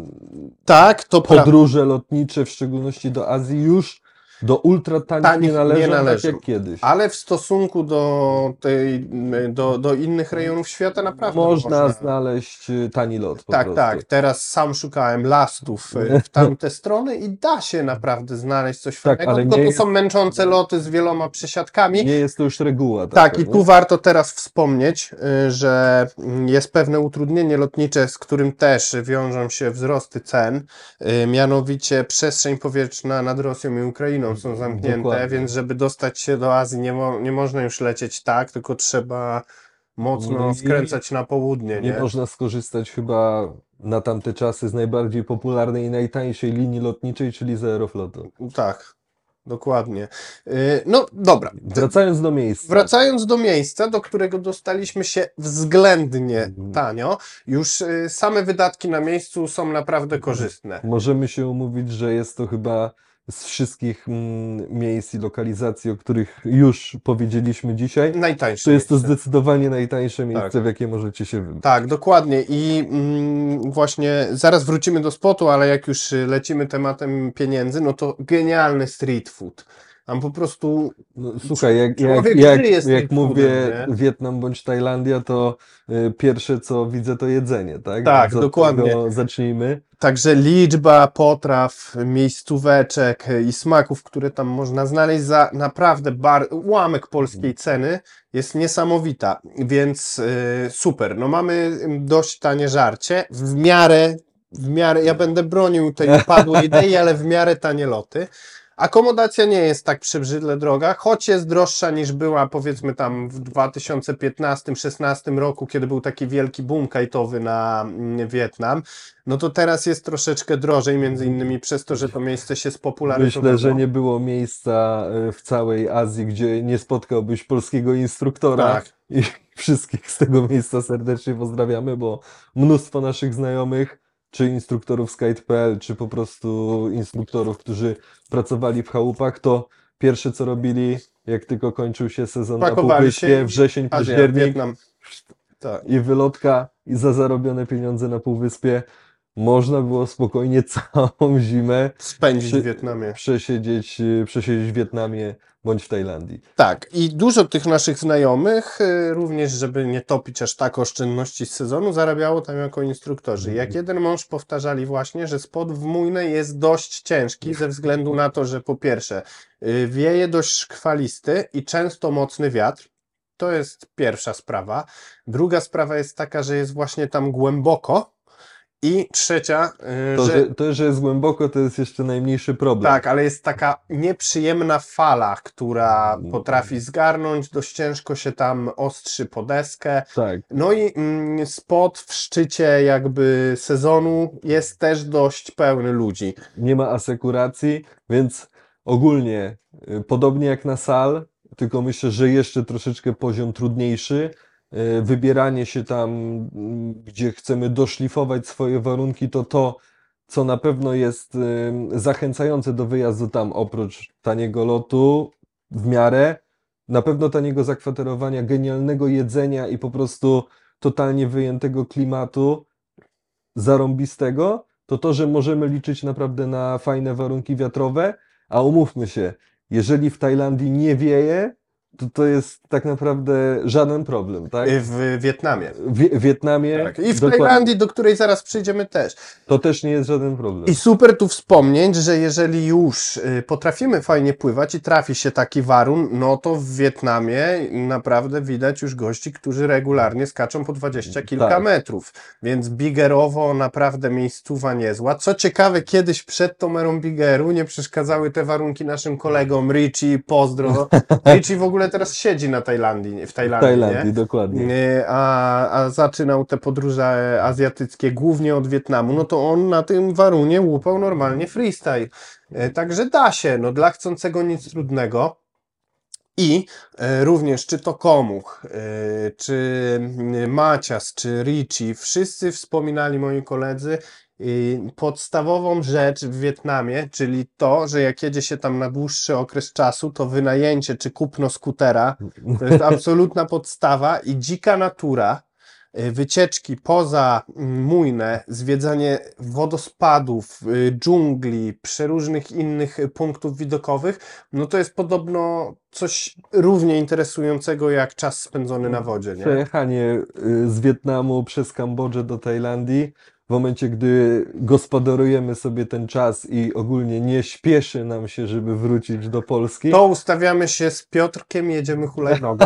tak, to pra- podróże lotnicze, w szczególności do Azji, już do ultra tanich Tanich nie należą, nie należą. tak jak kiedyś. ale w stosunku do, tej, do, do innych rejonów świata naprawdę Można znaleźć y, tani lot po Tak, prostu. tak. Teraz sam szukałem lastów y, w tamte strony i da się naprawdę znaleźć coś Tak, fajnego, ale tylko nie to jest- są męczące loty z wieloma przesiadkami. Nie jest to już reguła. Tak, taka, i nie? tu warto teraz wspomnieć, y, że mm, jest pewne utrudnienie lotnicze, z którym też wiążą się wzrosty cen. Y, Mianowicie przestrzeń powietrzna nad Rosją i Ukrainą są zamknięte, Dokładnie. więc żeby dostać się do Azji nie, mo- nie można już lecieć tak, tylko trzeba mocno No i skręcać na południe, Nie nie? można skorzystać chyba na tamte czasy z najbardziej popularnej i najtańszej linii lotniczej, czyli z Aeroflotu. Tak, dokładnie. Y, No dobra. Wracając do miejsca. Wracając do miejsca, do którego dostaliśmy się względnie Mhm. tanio, już y, same wydatki na miejscu są naprawdę korzystne. Możemy się umówić, że jest to chyba z wszystkich mm, miejsc i lokalizacji, o których już powiedzieliśmy dzisiaj, Najtańsze to jest to miejsce. zdecydowanie najtańsze miejsce, Tak. w jakie możecie się wybrać. Tak, dokładnie. I mm, właśnie zaraz wrócimy do spotu, ale jak już y, lecimy tematem pieniędzy, no to genialny street food. Tam po prostu No, słuchaj, jak, jak, Człowiek jak, żyje z jak tym mówię cudem, nie? Wietnam bądź Tajlandia, to y, pierwsze co widzę to jedzenie, tak? Tak, Więc od dokładnie. tego zacznijmy. Także liczba potraw, miejscóweczek i smaków, które tam można znaleźć za naprawdę bar- ułamek polskiej ceny jest niesamowita, więc y, super. No mamy dość tanie żarcie, w miarę, w miarę, ja będę bronił tej upadłej idei, ale w miarę tanie loty. Akomodacja nie jest tak przebrzydle droga, choć jest droższa niż była powiedzmy tam w dwa tysiące piętnastym szesnastym roku, kiedy był taki wielki boom kajtowy na mm, Wietnam. No to teraz jest troszeczkę drożej, między innymi przez to, że to miejsce się spopularyzowało. Myślę, że nie było miejsca y, w całej Azji, gdzie nie spotkałbyś polskiego instruktora. Tak. I wszystkich z tego miejsca serdecznie pozdrawiamy, bo mnóstwo naszych znajomych, czy instruktorów z kite kropka p l, czy po prostu instruktorów, którzy pracowali w chałupach, to pierwsze co robili, jak tylko kończył się sezon Pakowali na Półwyspie, się i- wrzesień, Azja, październik Wietnam. Tak. i wylotka i za zarobione pieniądze na Półwyspie można było spokojnie całą zimę Spędzić przy- w Wietnamie. przesiedzieć, y, przesiedzieć w Wietnamie bądź w Tajlandii. Tak, i dużo tych naszych znajomych, y, również żeby nie topić aż tak oszczędności z sezonu, zarabiało tam jako instruktorzy. Jak jeden mąż powtarzali właśnie, że spod w Mójnej jest dość ciężki ze względu na to, że po pierwsze y, wieje dość szkwalisty i często mocny wiatr. To jest pierwsza sprawa. Druga sprawa jest taka, że jest właśnie tam głęboko. I trzecia, y, To że... że, to, że jest głęboko, to jest jeszcze najmniejszy problem. Tak, ale jest taka nieprzyjemna fala, która potrafi zgarnąć, dość ciężko się tam ostrzy po deskę. Tak. No i mm, spot w szczycie jakby sezonu jest też dość pełny ludzi. Nie ma asekuracji, więc ogólnie y, podobnie jak na sal, tylko myślę, że jeszcze troszeczkę poziom trudniejszy. Y, Wybieranie się tam, mm, gdzie chcemy doszlifować swoje warunki, to to, co na pewno jest y, zachęcające do wyjazdu tam, oprócz taniego lotu w miarę, na pewno taniego zakwaterowania, genialnego jedzenia i po prostu totalnie wyjętego klimatu, zarąbistego, to to, że możemy liczyć naprawdę na fajne warunki wiatrowe, a umówmy się, jeżeli w Tajlandii nie wieje, to to jest tak naprawdę żaden problem, tak? Y, W Wietnamie. W Wietnamie Tak. I w dokładnie, Tajlandii, do której zaraz przyjdziemy też. to też nie jest żaden problem. I super tu wspomnieć, że jeżeli już y, potrafimy fajnie pływać i trafi się taki warun, no to w Wietnamie naprawdę widać już gości, którzy regularnie skaczą po dwadzieścia kilka Tak. metrów. Więc bigerowo naprawdę miejscowa niezła. Co ciekawe, kiedyś przed tą erą bigeru nie przeszkadzały te warunki naszym kolegom. Richie, pozdro. Richie w ogóle teraz siedzi na Tajlandii, w W Tajlandii, Tajlandii, nie? dokładnie. Nie, A, a zaczynał te podróże azjatyckie głównie od Wietnamu, no to on na tym warunie łupał normalnie freestyle. E, Także da się, no dla chcącego nic trudnego. I e, również czy to Komuch, e, czy mm, Macias, czy Richie, wszyscy wspominali moi koledzy y, podstawową rzecz w Wietnamie, czyli to, że jak jedzie się tam na dłuższy okres czasu, to wynajęcie czy kupno skutera to jest absolutna podstawa i dzika natura, y, wycieczki poza mm, Mójne, zwiedzanie wodospadów, y, dżungli, przeróżnych innych y, punktów widokowych, no to jest podobno coś równie interesującego jak czas spędzony na wodzie, nie? Przejechanie y, z Wietnamu przez Kambodżę do Tajlandii, w momencie, gdy gospodarujemy sobie ten czas i ogólnie nie śpieszy nam się, żeby wrócić do Polski, To ustawiamy się z Piotrkiem, jedziemy hulajnogą.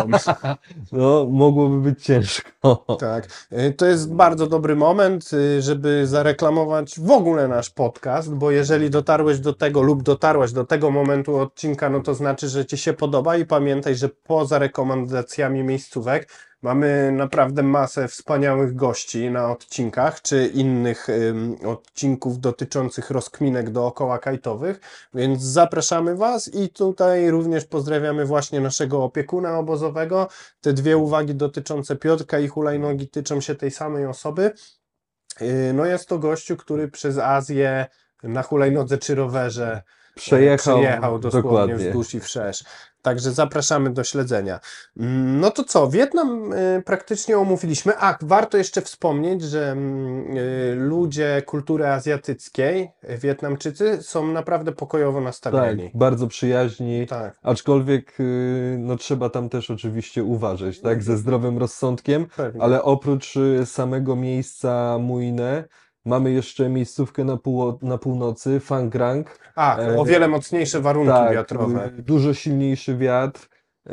no mogłoby być ciężko. Tak, y, to jest bardzo dobry moment, y, żeby zareklamować w ogóle nasz podcast, bo jeżeli dotarłeś do tego lub dotarłaś do tego momentu odcinka, no to znaczy, że Ci się podoba i pamiętaj, że poza rekomendacjami miejscówek mamy naprawdę masę wspaniałych gości na odcinkach, czy innych ym, odcinków dotyczących rozkminek dookoła kajtowych, więc zapraszamy Was i tutaj również pozdrawiamy właśnie naszego opiekuna obozowego. Te dwie uwagi dotyczące Piotrka i hulajnogi tyczą się tej samej osoby. Yy, No jest to gościu, który przez Azję na hulajnodze czy rowerze Przejechał, przejechał dosłownie dokładnie. wzdłuż i wszerz. Także zapraszamy do śledzenia. Mm, No to co, Wietnam y, praktycznie omówiliśmy. A, warto jeszcze wspomnieć, że mm, y, ludzie kultury azjatyckiej, y, Wietnamczycy, są naprawdę pokojowo Tak, nastawieni. bardzo przyjaźni, Tak, aczkolwiek y, no, trzeba tam też oczywiście uważać, tak, ze zdrowym rozsądkiem, pewnie. ale oprócz y, samego miejsca Muine mamy jeszcze miejscówkę na, pół, na północy, Phan Grang. A, e, o wiele mocniejsze warunki Tak, wiatrowe. y, dużo silniejszy wiatr, y,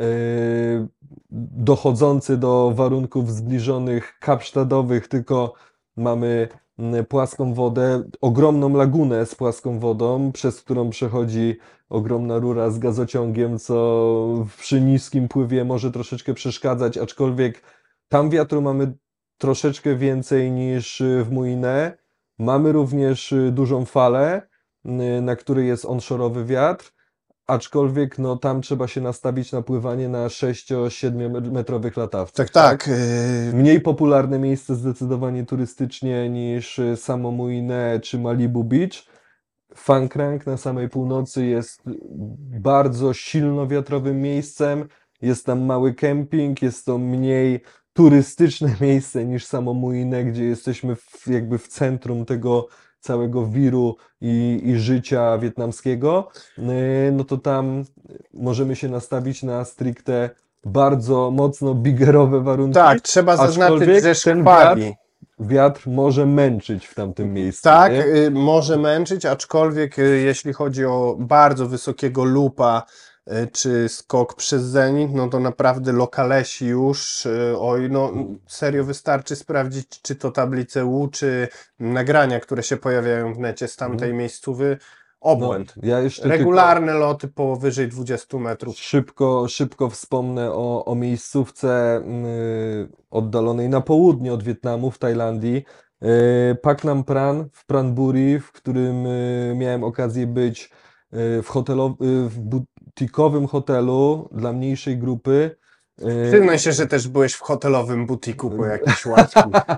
dochodzący do warunków zbliżonych kapsztadowych, tylko mamy mm, płaską wodę, ogromną lagunę z płaską wodą, przez którą przechodzi ogromna rura z gazociągiem, co przy niskim pływie może troszeczkę przeszkadzać, aczkolwiek tam wiatru mamy troszeczkę więcej niż w Muine. Mamy również y, dużą falę, y, na której jest onshore'owy wiatr, aczkolwiek no, tam trzeba się nastawić na pływanie na sześcio-siedmiu metrowych latawcach. Tak, tak. y, Mniej popularne miejsce zdecydowanie turystycznie niż y, samo Muine czy Malibu Beach. Phan Krang na samej północy jest bardzo silno wiatrowym miejscem. Jest tam mały kemping, jest to mniej turystyczne miejsce niż samo Mui-Ne, gdzie jesteśmy w, jakby w centrum tego całego wiru i, i życia wietnamskiego. Yy, No to tam możemy się nastawić na stricte bardzo mocno bigerowe warunki. Tak, trzeba zaznaczyć, Aczkolwiek że ten szkwali. Wiatr może męczyć w tamtym miejscu. Tak, nie? y, może męczyć, aczkolwiek y, jeśli chodzi o bardzo wysokiego lupa y, czy skok przez zenit, no to naprawdę lokalesi już, y, oj, no serio wystarczy sprawdzić, czy to tablice U, czy nagrania, które się pojawiają w necie z tamtej Mhm. miejscówy, No, obłęd. ja jeszcze tylko Regularne loty powyżej dwudziestu metrów. szybko, szybko wspomnę o, o miejscówce yy, oddalonej na południe od Wietnamu, w Tajlandii. Yy, Pak Nam Pran w Pranburi, w którym yy, miałem okazję być yy, w, hotelo, yy, w butikowym hotelu dla mniejszej grupy. Yy, Przyznaj się, że też byłeś w hotelowym butiku po jakiejś ławki.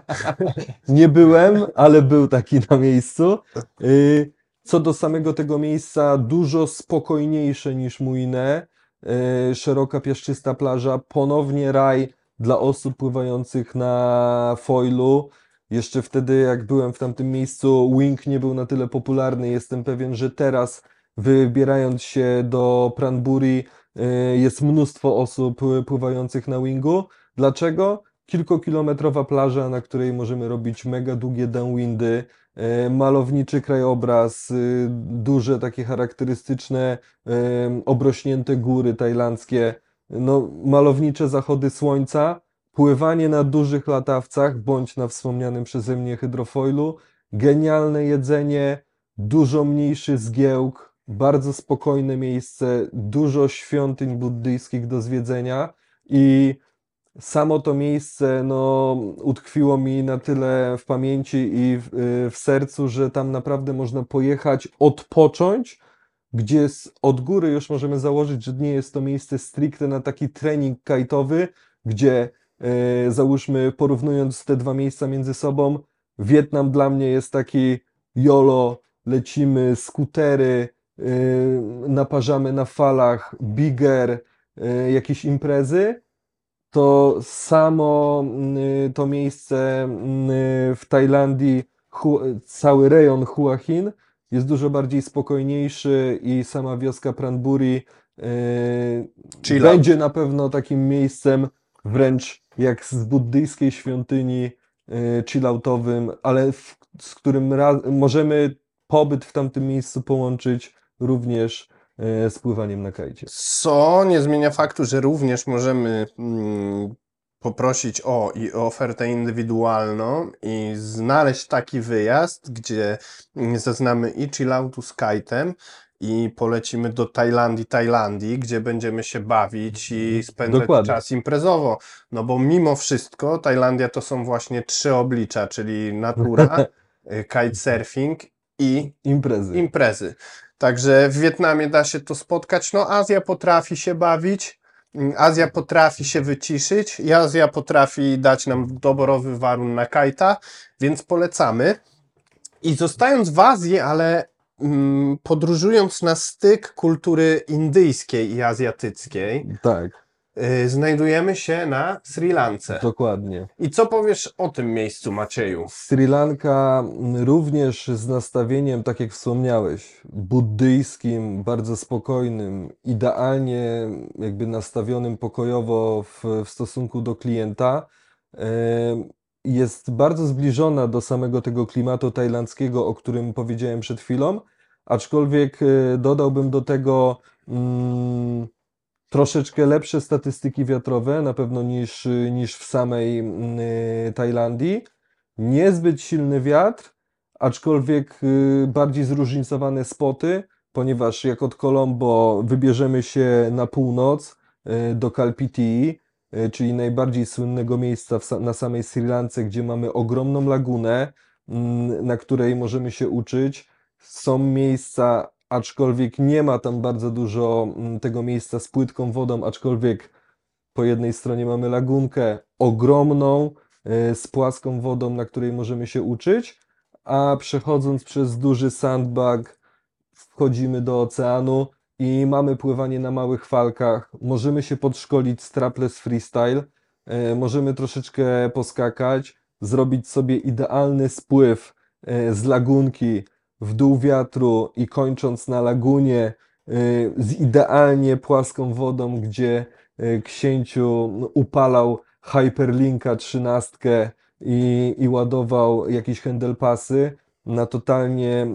Nie byłem, ale był taki na miejscu. Y, Co do samego tego miejsca, dużo spokojniejsze niż Mui-Ne. Y, Szeroka, piaszczysta plaża. Ponownie raj dla osób pływających na foilu. Jeszcze wtedy, jak byłem w tamtym miejscu, wing nie był na tyle popularny. Jestem pewien, że teraz, wybierając się do Pranburi, y, jest mnóstwo osób y, pływających na wingu. Dlaczego? Kilkukilometrowa plaża, na której możemy robić mega długie downwindy, e, malowniczy krajobraz, y, duże takie charakterystyczne, e, obrośnięte góry tajlandzkie, no, malownicze zachody słońca, pływanie na dużych latawcach, bądź na wspomnianym przeze mnie hydrofoilu, genialne jedzenie, dużo mniejszy zgiełk, bardzo spokojne miejsce, dużo świątyń buddyjskich do zwiedzenia i samo to miejsce no, utkwiło mi na tyle w pamięci i w, y, w sercu, że tam naprawdę można pojechać, odpocząć, gdzie z, od góry już możemy założyć, że nie jest to miejsce stricte na taki trening kajtowy, gdzie y, załóżmy, porównując te dwa miejsca między sobą, Wietnam dla mnie jest taki YOLO, lecimy, skutery, y, naparzamy na falach, bigger, y, jakieś imprezy. To samo y, to miejsce y, w Tajlandii, Hu, cały rejon Hua Hin jest dużo bardziej spokojniejszy i sama wioska Pranburi y, Chill będzie na pewno takim miejscem wręcz jak z buddyjskiej świątyni y, chilloutowym, ale w, z którym ra, możemy pobyt w tamtym miejscu połączyć również y, z pływaniem na kajcie. Co nie zmienia faktu, że również możemy mm, poprosić o i o ofertę indywidualną i znaleźć taki wyjazd, gdzie mm, zaznamy i chilloutu z kite'em i polecimy do Tajlandii, Tajlandii, gdzie będziemy się bawić i spędzać Dokładnie. czas imprezowo. No bo mimo wszystko Tajlandia to są właśnie trzy oblicza, czyli natura, y, kitesurfing i Imprezy. imprezy. Także w Wietnamie da się to spotkać. No Azja potrafi się bawić, mm, Azja potrafi się wyciszyć i Azja potrafi dać nam doborowy warun na kajta, więc polecamy. I zostając w Azji, ale mm, podróżując na styk kultury indyjskiej i azjatyckiej, Tak, y, znajdujemy się na Sri Lance. dokładnie. I co powiesz o tym miejscu, Macieju? Sri Lanka mm, również z nastawieniem, tak jak wspomniałeś, buddyjskim, bardzo spokojnym, idealnie jakby nastawionym pokojowo w, w stosunku do klienta, em, jest bardzo zbliżona do samego tego klimatu tajlandzkiego, o którym powiedziałem przed chwilą, aczkolwiek e, dodałbym do tego mm, troszeczkę lepsze statystyki wiatrowe, na pewno niż, niż w samej mm, y, Tajlandii. Niezbyt silny wiatr, aczkolwiek y, bardziej zróżnicowane spoty, ponieważ jak od Colombo wybierzemy się na północ y, do Kalpiti, y, czyli najbardziej słynnego miejsca w, sa- na samej Sri Lance, gdzie mamy ogromną lagunę, mm, na której możemy się uczyć. Są miejsca, aczkolwiek nie ma tam bardzo dużo mm, tego miejsca z płytką wodą, aczkolwiek po jednej stronie mamy lagunkę ogromną, y, z płaską wodą, na której możemy się uczyć, a przechodząc przez duży sandbag wchodzimy do oceanu i mamy pływanie na małych falkach. Możemy się podszkolić strapless freestyle, e, możemy troszeczkę poskakać, zrobić sobie idealny spływ e, z lagunki w dół wiatru i kończąc na lagunie e, z idealnie płaską wodą, gdzie e, księciu upalał Hyperlinka trzynastkę i, i ładował jakieś handlepasy na totalnie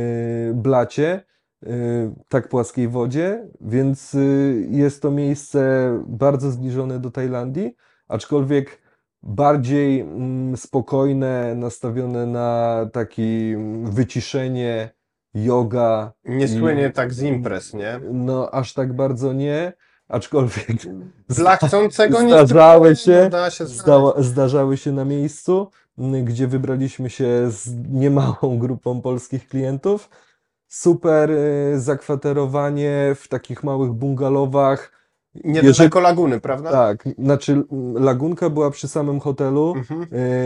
y, blacie, y, tak płaskiej wodzie, więc y, jest to miejsce bardzo zbliżone do Tajlandii, aczkolwiek bardziej mm, spokojne, nastawione na takie wyciszenie, yoga. Nie i- słynie tak z imprez, nie? No, aż tak bardzo nie, aczkolwiek Dla chcącego nic zdarzały trudnego, się, da się znaleźć. zdała, zdarzały się na miejscu, m, gdzie wybraliśmy się z niemałą grupą polskich klientów. Super y, zakwaterowanie w takich małych bungalowach. Niedaleko laguny, prawda? Tak, znaczy m, lagunka była przy samym hotelu, Mhm.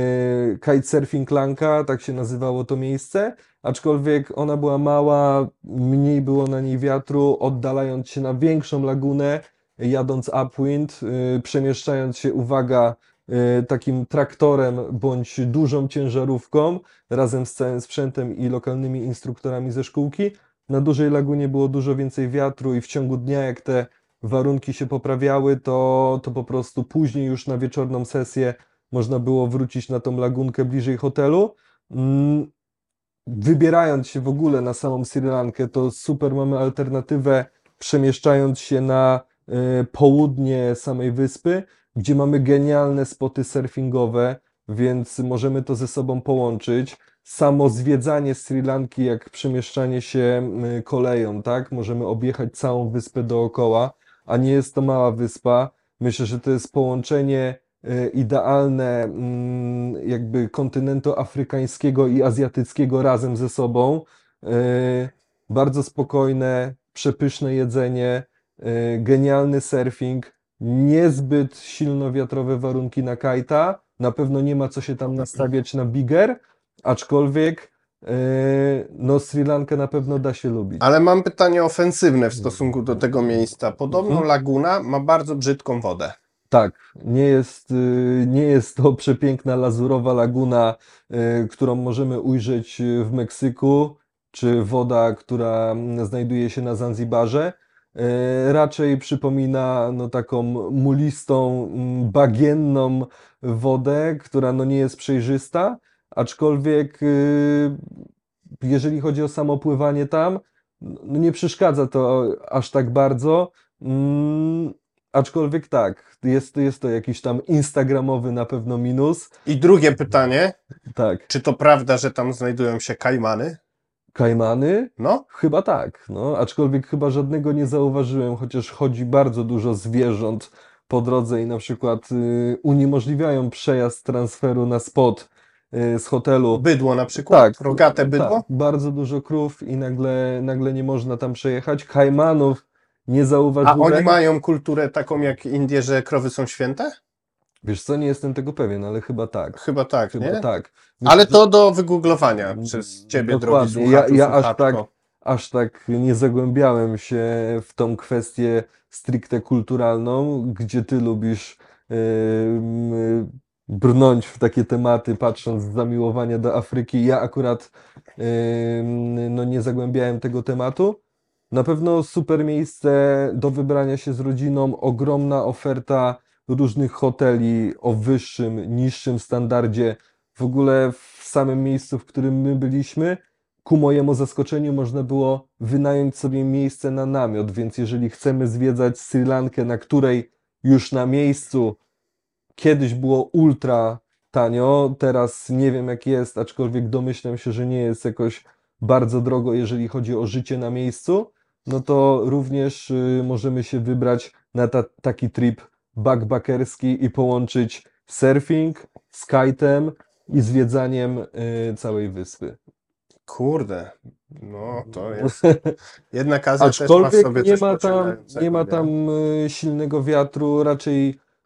y, Kitesurfing Lanka, tak się nazywało to miejsce, aczkolwiek ona była mała, mniej było na niej wiatru, oddalając się na większą lagunę, jadąc upwind, y, przemieszczając się, uwaga, y, takim traktorem bądź dużą ciężarówką razem z całym sprzętem i lokalnymi instruktorami ze szkółki. Na dużej lagunie było dużo więcej wiatru i w ciągu dnia, jak te warunki się poprawiały, to, to po prostu później już na wieczorną sesję można było wrócić na tą lagunkę bliżej hotelu. Mm, Wybierając się w ogóle na samą Sri Lankę, to super mamy alternatywę, przemieszczając się na y, południe samej wyspy, gdzie mamy genialne spoty surfingowe, więc możemy to ze sobą połączyć. Samo zwiedzanie Sri Lanki, jak przemieszczanie się y, koleją, tak? Możemy objechać całą wyspę dookoła, a nie jest to mała wyspa. Myślę, że to jest połączenie y, idealne mm, jakby kontynentu afrykańskiego i azjatyckiego razem ze sobą. Y, Bardzo spokojne, przepyszne jedzenie, y, genialny surfing, niezbyt silno wiatrowe warunki na kajta. Na pewno nie ma co się tam nastawiać na bigger, aczkolwiek y, no Sri Lankę na pewno da się lubić. Ale mam pytanie ofensywne w stosunku do tego miejsca. Podobno Mhm. laguna ma bardzo brzydką wodę. Tak, nie jest, y, nie jest to przepiękna lazurowa laguna, y, którą możemy ujrzeć w Meksyku, czy woda, która mm, znajduje się na Zanzibarze. Y, Raczej przypomina no, taką mulistą, mm, bagienną wodę, która no, nie jest przejrzysta, aczkolwiek y, jeżeli chodzi o samo pływanie tam, no, nie przeszkadza to aż tak bardzo. Mm, Aczkolwiek tak, jest, jest to jakiś tam instagramowy na pewno minus. I drugie pytanie, Tak, czy to prawda, że tam znajdują się kajmany? kajmany? No, Chyba tak, no, aczkolwiek chyba żadnego nie zauważyłem, chociaż chodzi bardzo dużo zwierząt po drodze i na przykład y, uniemożliwiają przejazd transferu na spot y, z hotelu. bydło na przykład, Tak, rogate bydło. tak, bardzo dużo krów i nagle, nagle nie można tam przejechać. Kajmanów nie A zauważyłem. oni mają kulturę taką jak Indie, że krowy są święte? Wiesz co, nie jestem tego pewien, ale chyba tak. Chyba tak, Chyba nie? tak. Myślę, Ale że- to do wygooglowania przez ciebie, drogi Dokładnie. słuchaczu, Ja, ja aż tak, słuchaczko. aż tak nie zagłębiałem się w tą kwestię stricte kulturalną, gdzie ty lubisz yy, yy, brnąć w takie tematy, patrząc z zamiłowania do Afryki. Ja akurat yy, no nie zagłębiałem tego tematu. Na pewno super miejsce do wybrania się z rodziną, ogromna oferta różnych hoteli o wyższym, niższym standardzie. W ogóle w samym miejscu, w którym my byliśmy, ku mojemu zaskoczeniu można było wynająć sobie miejsce na namiot, więc jeżeli chcemy zwiedzać Sri Lankę, na której już na miejscu kiedyś było ultra tanio, teraz nie wiem jak jest, aczkolwiek domyślam się, że nie jest jakoś bardzo drogo, jeżeli chodzi o życie na miejscu, no to również y, możemy się wybrać na ta, taki trip backpackerski i połączyć surfing z kite'em i zwiedzaniem y, całej wyspy. Kurde, no to jest... Jednak Azja też ma w Aczkolwiek sobie nie coś ma tam, pociągającego, nie ma tam y, silnego wiatru, raczej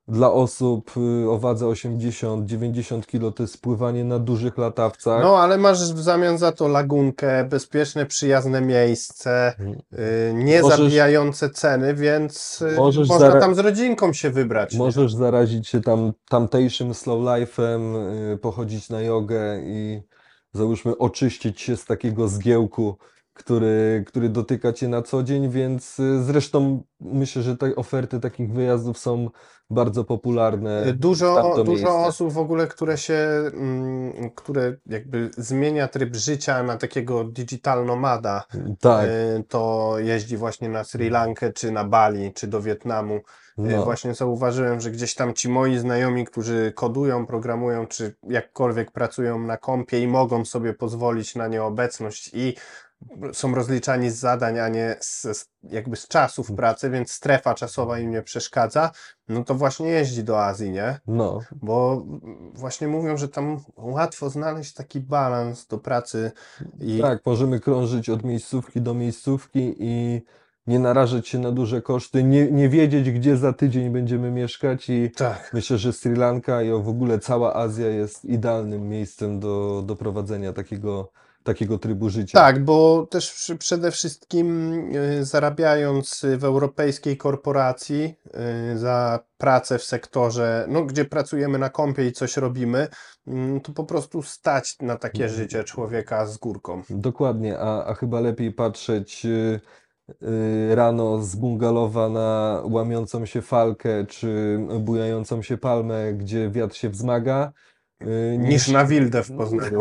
Dla osób y, o wadze osiemdziesiąt dziewięćdziesiąt kilo to jest pływanie na dużych latawcach. No, ale masz w zamian za to lagunkę, bezpieczne, przyjazne miejsce, y, nie Możesz- zabijające ceny, więc y, Możesz można zara- tam z rodzinką się wybrać. nie? Możesz zarazić się tam tamtejszym slow life'em, y, pochodzić na jogę i załóżmy oczyścić się z takiego zgiełku, który, który dotyka cię na co dzień, więc y, zresztą myślę, że te oferty takich wyjazdów są bardzo popularne. Y, Dużo, Tamto dużo miejsce. osób w ogóle, które się, mm, które jakby zmienia tryb życia na takiego digital nomada, Tak, y, to jeździ właśnie na Sri Lankę, czy na Bali, czy do Wietnamu. Y, no. Właśnie zauważyłem, że gdzieś tam ci moi znajomi, którzy kodują, programują, czy jakkolwiek pracują na kompie i mogą sobie pozwolić na nieobecność i są rozliczani z zadań, a nie z, z, jakby z czasów pracy, więc strefa czasowa im nie przeszkadza, no to właśnie jeździ do Azji, nie? No, Bo właśnie mówią, że tam łatwo znaleźć taki balans do pracy i tak, możemy krążyć od miejscówki do miejscówki i nie narażać się na duże koszty, nie, nie wiedzieć, gdzie za tydzień będziemy mieszkać i tak. myślę, że Sri Lanka i w ogóle cała Azja jest idealnym miejscem do, do prowadzenia takiego, takiego trybu życia. Tak, bo też przy- przede wszystkim y, zarabiając w europejskiej korporacji y, za pracę w sektorze, no, gdzie pracujemy na kompie i coś robimy, mm, to po prostu stać na takie życie człowieka z górką. Dokładnie, a, a chyba lepiej patrzeć y, y, rano z bungalowa na łamiącą się falkę czy bujającą się palmę, gdzie wiatr się wzmaga, y, Niż na Wildę w Poznaniu.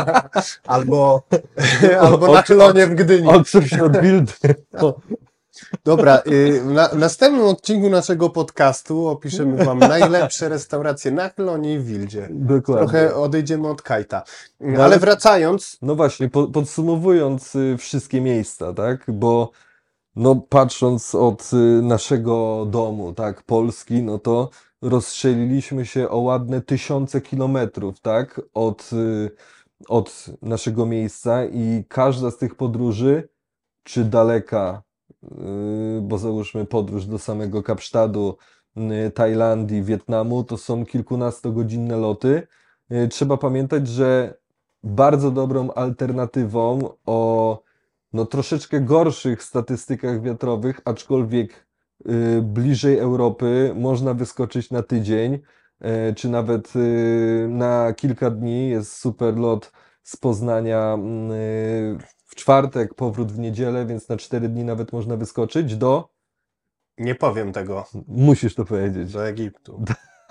albo, albo na Od- Chlonie w Gdyni. odsuń się od wildy. O, Dobra, y, na w następnym odcinku naszego podcastu opiszemy Wam najlepsze restauracje na Chlonie i w Wildzie. dokładnie. Trochę odejdziemy od kajta. No Ale ale- wracając, No właśnie, po, podsumowując y, wszystkie miejsca, tak, bo no patrząc od y, naszego domu, tak, Polski, no to rozstrzeliliśmy się o ładne tysiące kilometrów, tak, od, y, od naszego miejsca i każda z tych podróży, czy daleka, y, bo załóżmy podróż do samego Kapsztadu, y, Tajlandii, Wietnamu, to są kilkunastogodzinne loty. Y, Trzeba pamiętać, że bardzo dobrą alternatywą o no, troszeczkę gorszych statystykach wiatrowych, aczkolwiek y, bliżej Europy można wyskoczyć na tydzień, y, czy nawet y, na kilka dni. Jest super lot z Poznania y, w czwartek, powrót w niedzielę, więc na cztery dni nawet można wyskoczyć do... nie powiem tego, Musisz to powiedzieć. do Egiptu.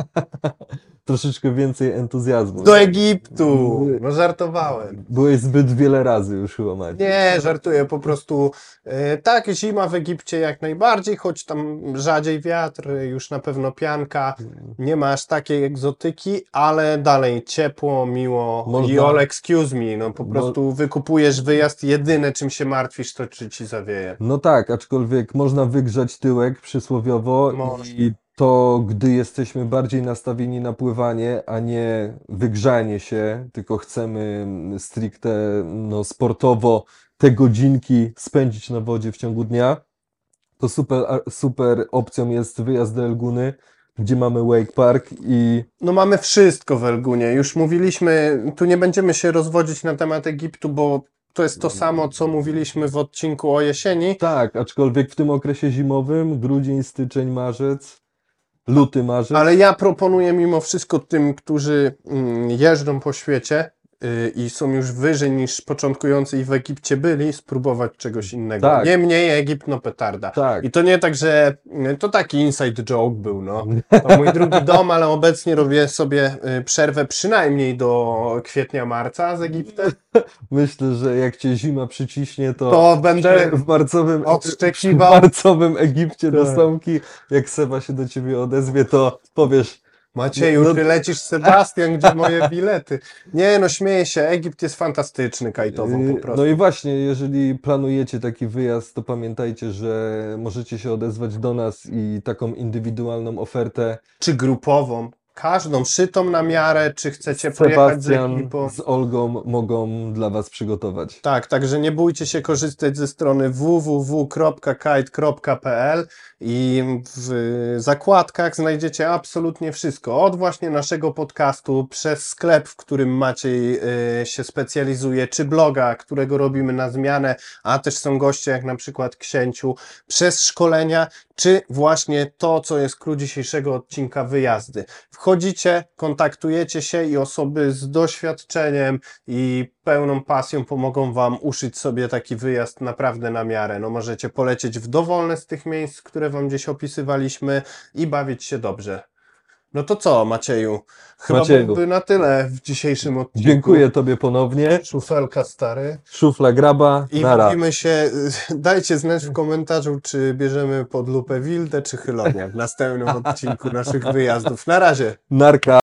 Troszeczkę więcej entuzjazmu. Do Egiptu! No żartowałem. Byłeś zbyt wiele razy już chyba, Maciej. Nie, żartuję, po prostu e, tak, zima w Egipcie jak najbardziej, choć tam rzadziej wiatr, już na pewno pianka, nie ma aż takiej egzotyki, ale dalej ciepło, miło Można- i all excuse me, no po Mo- prostu wykupujesz wyjazd, jedyne czym się martwisz to czy ci zawieje. No tak, aczkolwiek można wygrzać tyłek przysłowiowo Można. i to, gdy jesteśmy bardziej nastawieni na pływanie, a nie wygrzanie się, tylko chcemy stricte no, sportowo te godzinki spędzić na wodzie w ciągu dnia, to super, a- super opcją jest wyjazd do Elguny, gdzie mamy wake park i No mamy wszystko w Elgunie, już mówiliśmy, tu nie będziemy się rozwodzić na temat Egiptu, bo to jest to samo, co mówiliśmy w odcinku o jesieni. tak, aczkolwiek w tym okresie zimowym, grudzień, styczeń, marzec, luty, marzec, Ale ja proponuję mimo wszystko tym, którzy mm, jeżdżą po świecie y, i są już wyżej niż początkujący i w Egipcie byli, spróbować czegoś innego. Tak. Niemniej Egipt, no petarda. tak. I to nie tak, że y, to taki inside joke był, no. To mój drugi dom, ale obecnie robię sobie y, przerwę przynajmniej do kwietnia, marca z Egiptem. Myślę, że jak cię zima przyciśnie, to, To będę w marcowym, w odszczekiwał. marcowym Egipcie do Tak. Stomki, jak Seba się do ciebie odezwie, to powiesz, Macieju, No- ty lecisz Sebastian, gdzie moje bilety? Nie, no śmieję się, Egipt jest fantastyczny kajtowo po yy, prostu. no i właśnie, jeżeli planujecie taki wyjazd, to pamiętajcie, że możecie się odezwać do nas i taką indywidualną ofertę, Czy grupową. każdą szytą na miarę, czy chcecie pojechać z Sebastian ekipą. z Olgą mogą dla Was przygotować. Tak, także nie bójcie się korzystać ze strony w w w kropka kite kropka p l i w zakładkach znajdziecie absolutnie wszystko. Od właśnie naszego podcastu, przez sklep, w którym Maciej y, się specjalizuje, czy bloga, którego robimy na zmianę, a też są goście jak na przykład Księciu, przez szkolenia, czy właśnie to, co jest klucz dzisiejszego odcinka, wyjazdy. Wchodzicie, kontaktujecie się i osoby z doświadczeniem i pełną pasją pomogą Wam uszyć sobie taki wyjazd naprawdę na miarę. No możecie polecieć w dowolne z tych miejsc, które Wam gdzieś opisywaliśmy i bawić się dobrze. No to co, Macieju? Chyba Macieju. byłoby na tyle w dzisiejszym odcinku. Dziękuję Tobie ponownie. Szufelka stary. Szufla graba, I nara. mówimy się, dajcie znać w komentarzu, czy bierzemy pod lupę Wildę, czy Chylonia w następnym odcinku naszych wyjazdów. Na razie. Narka.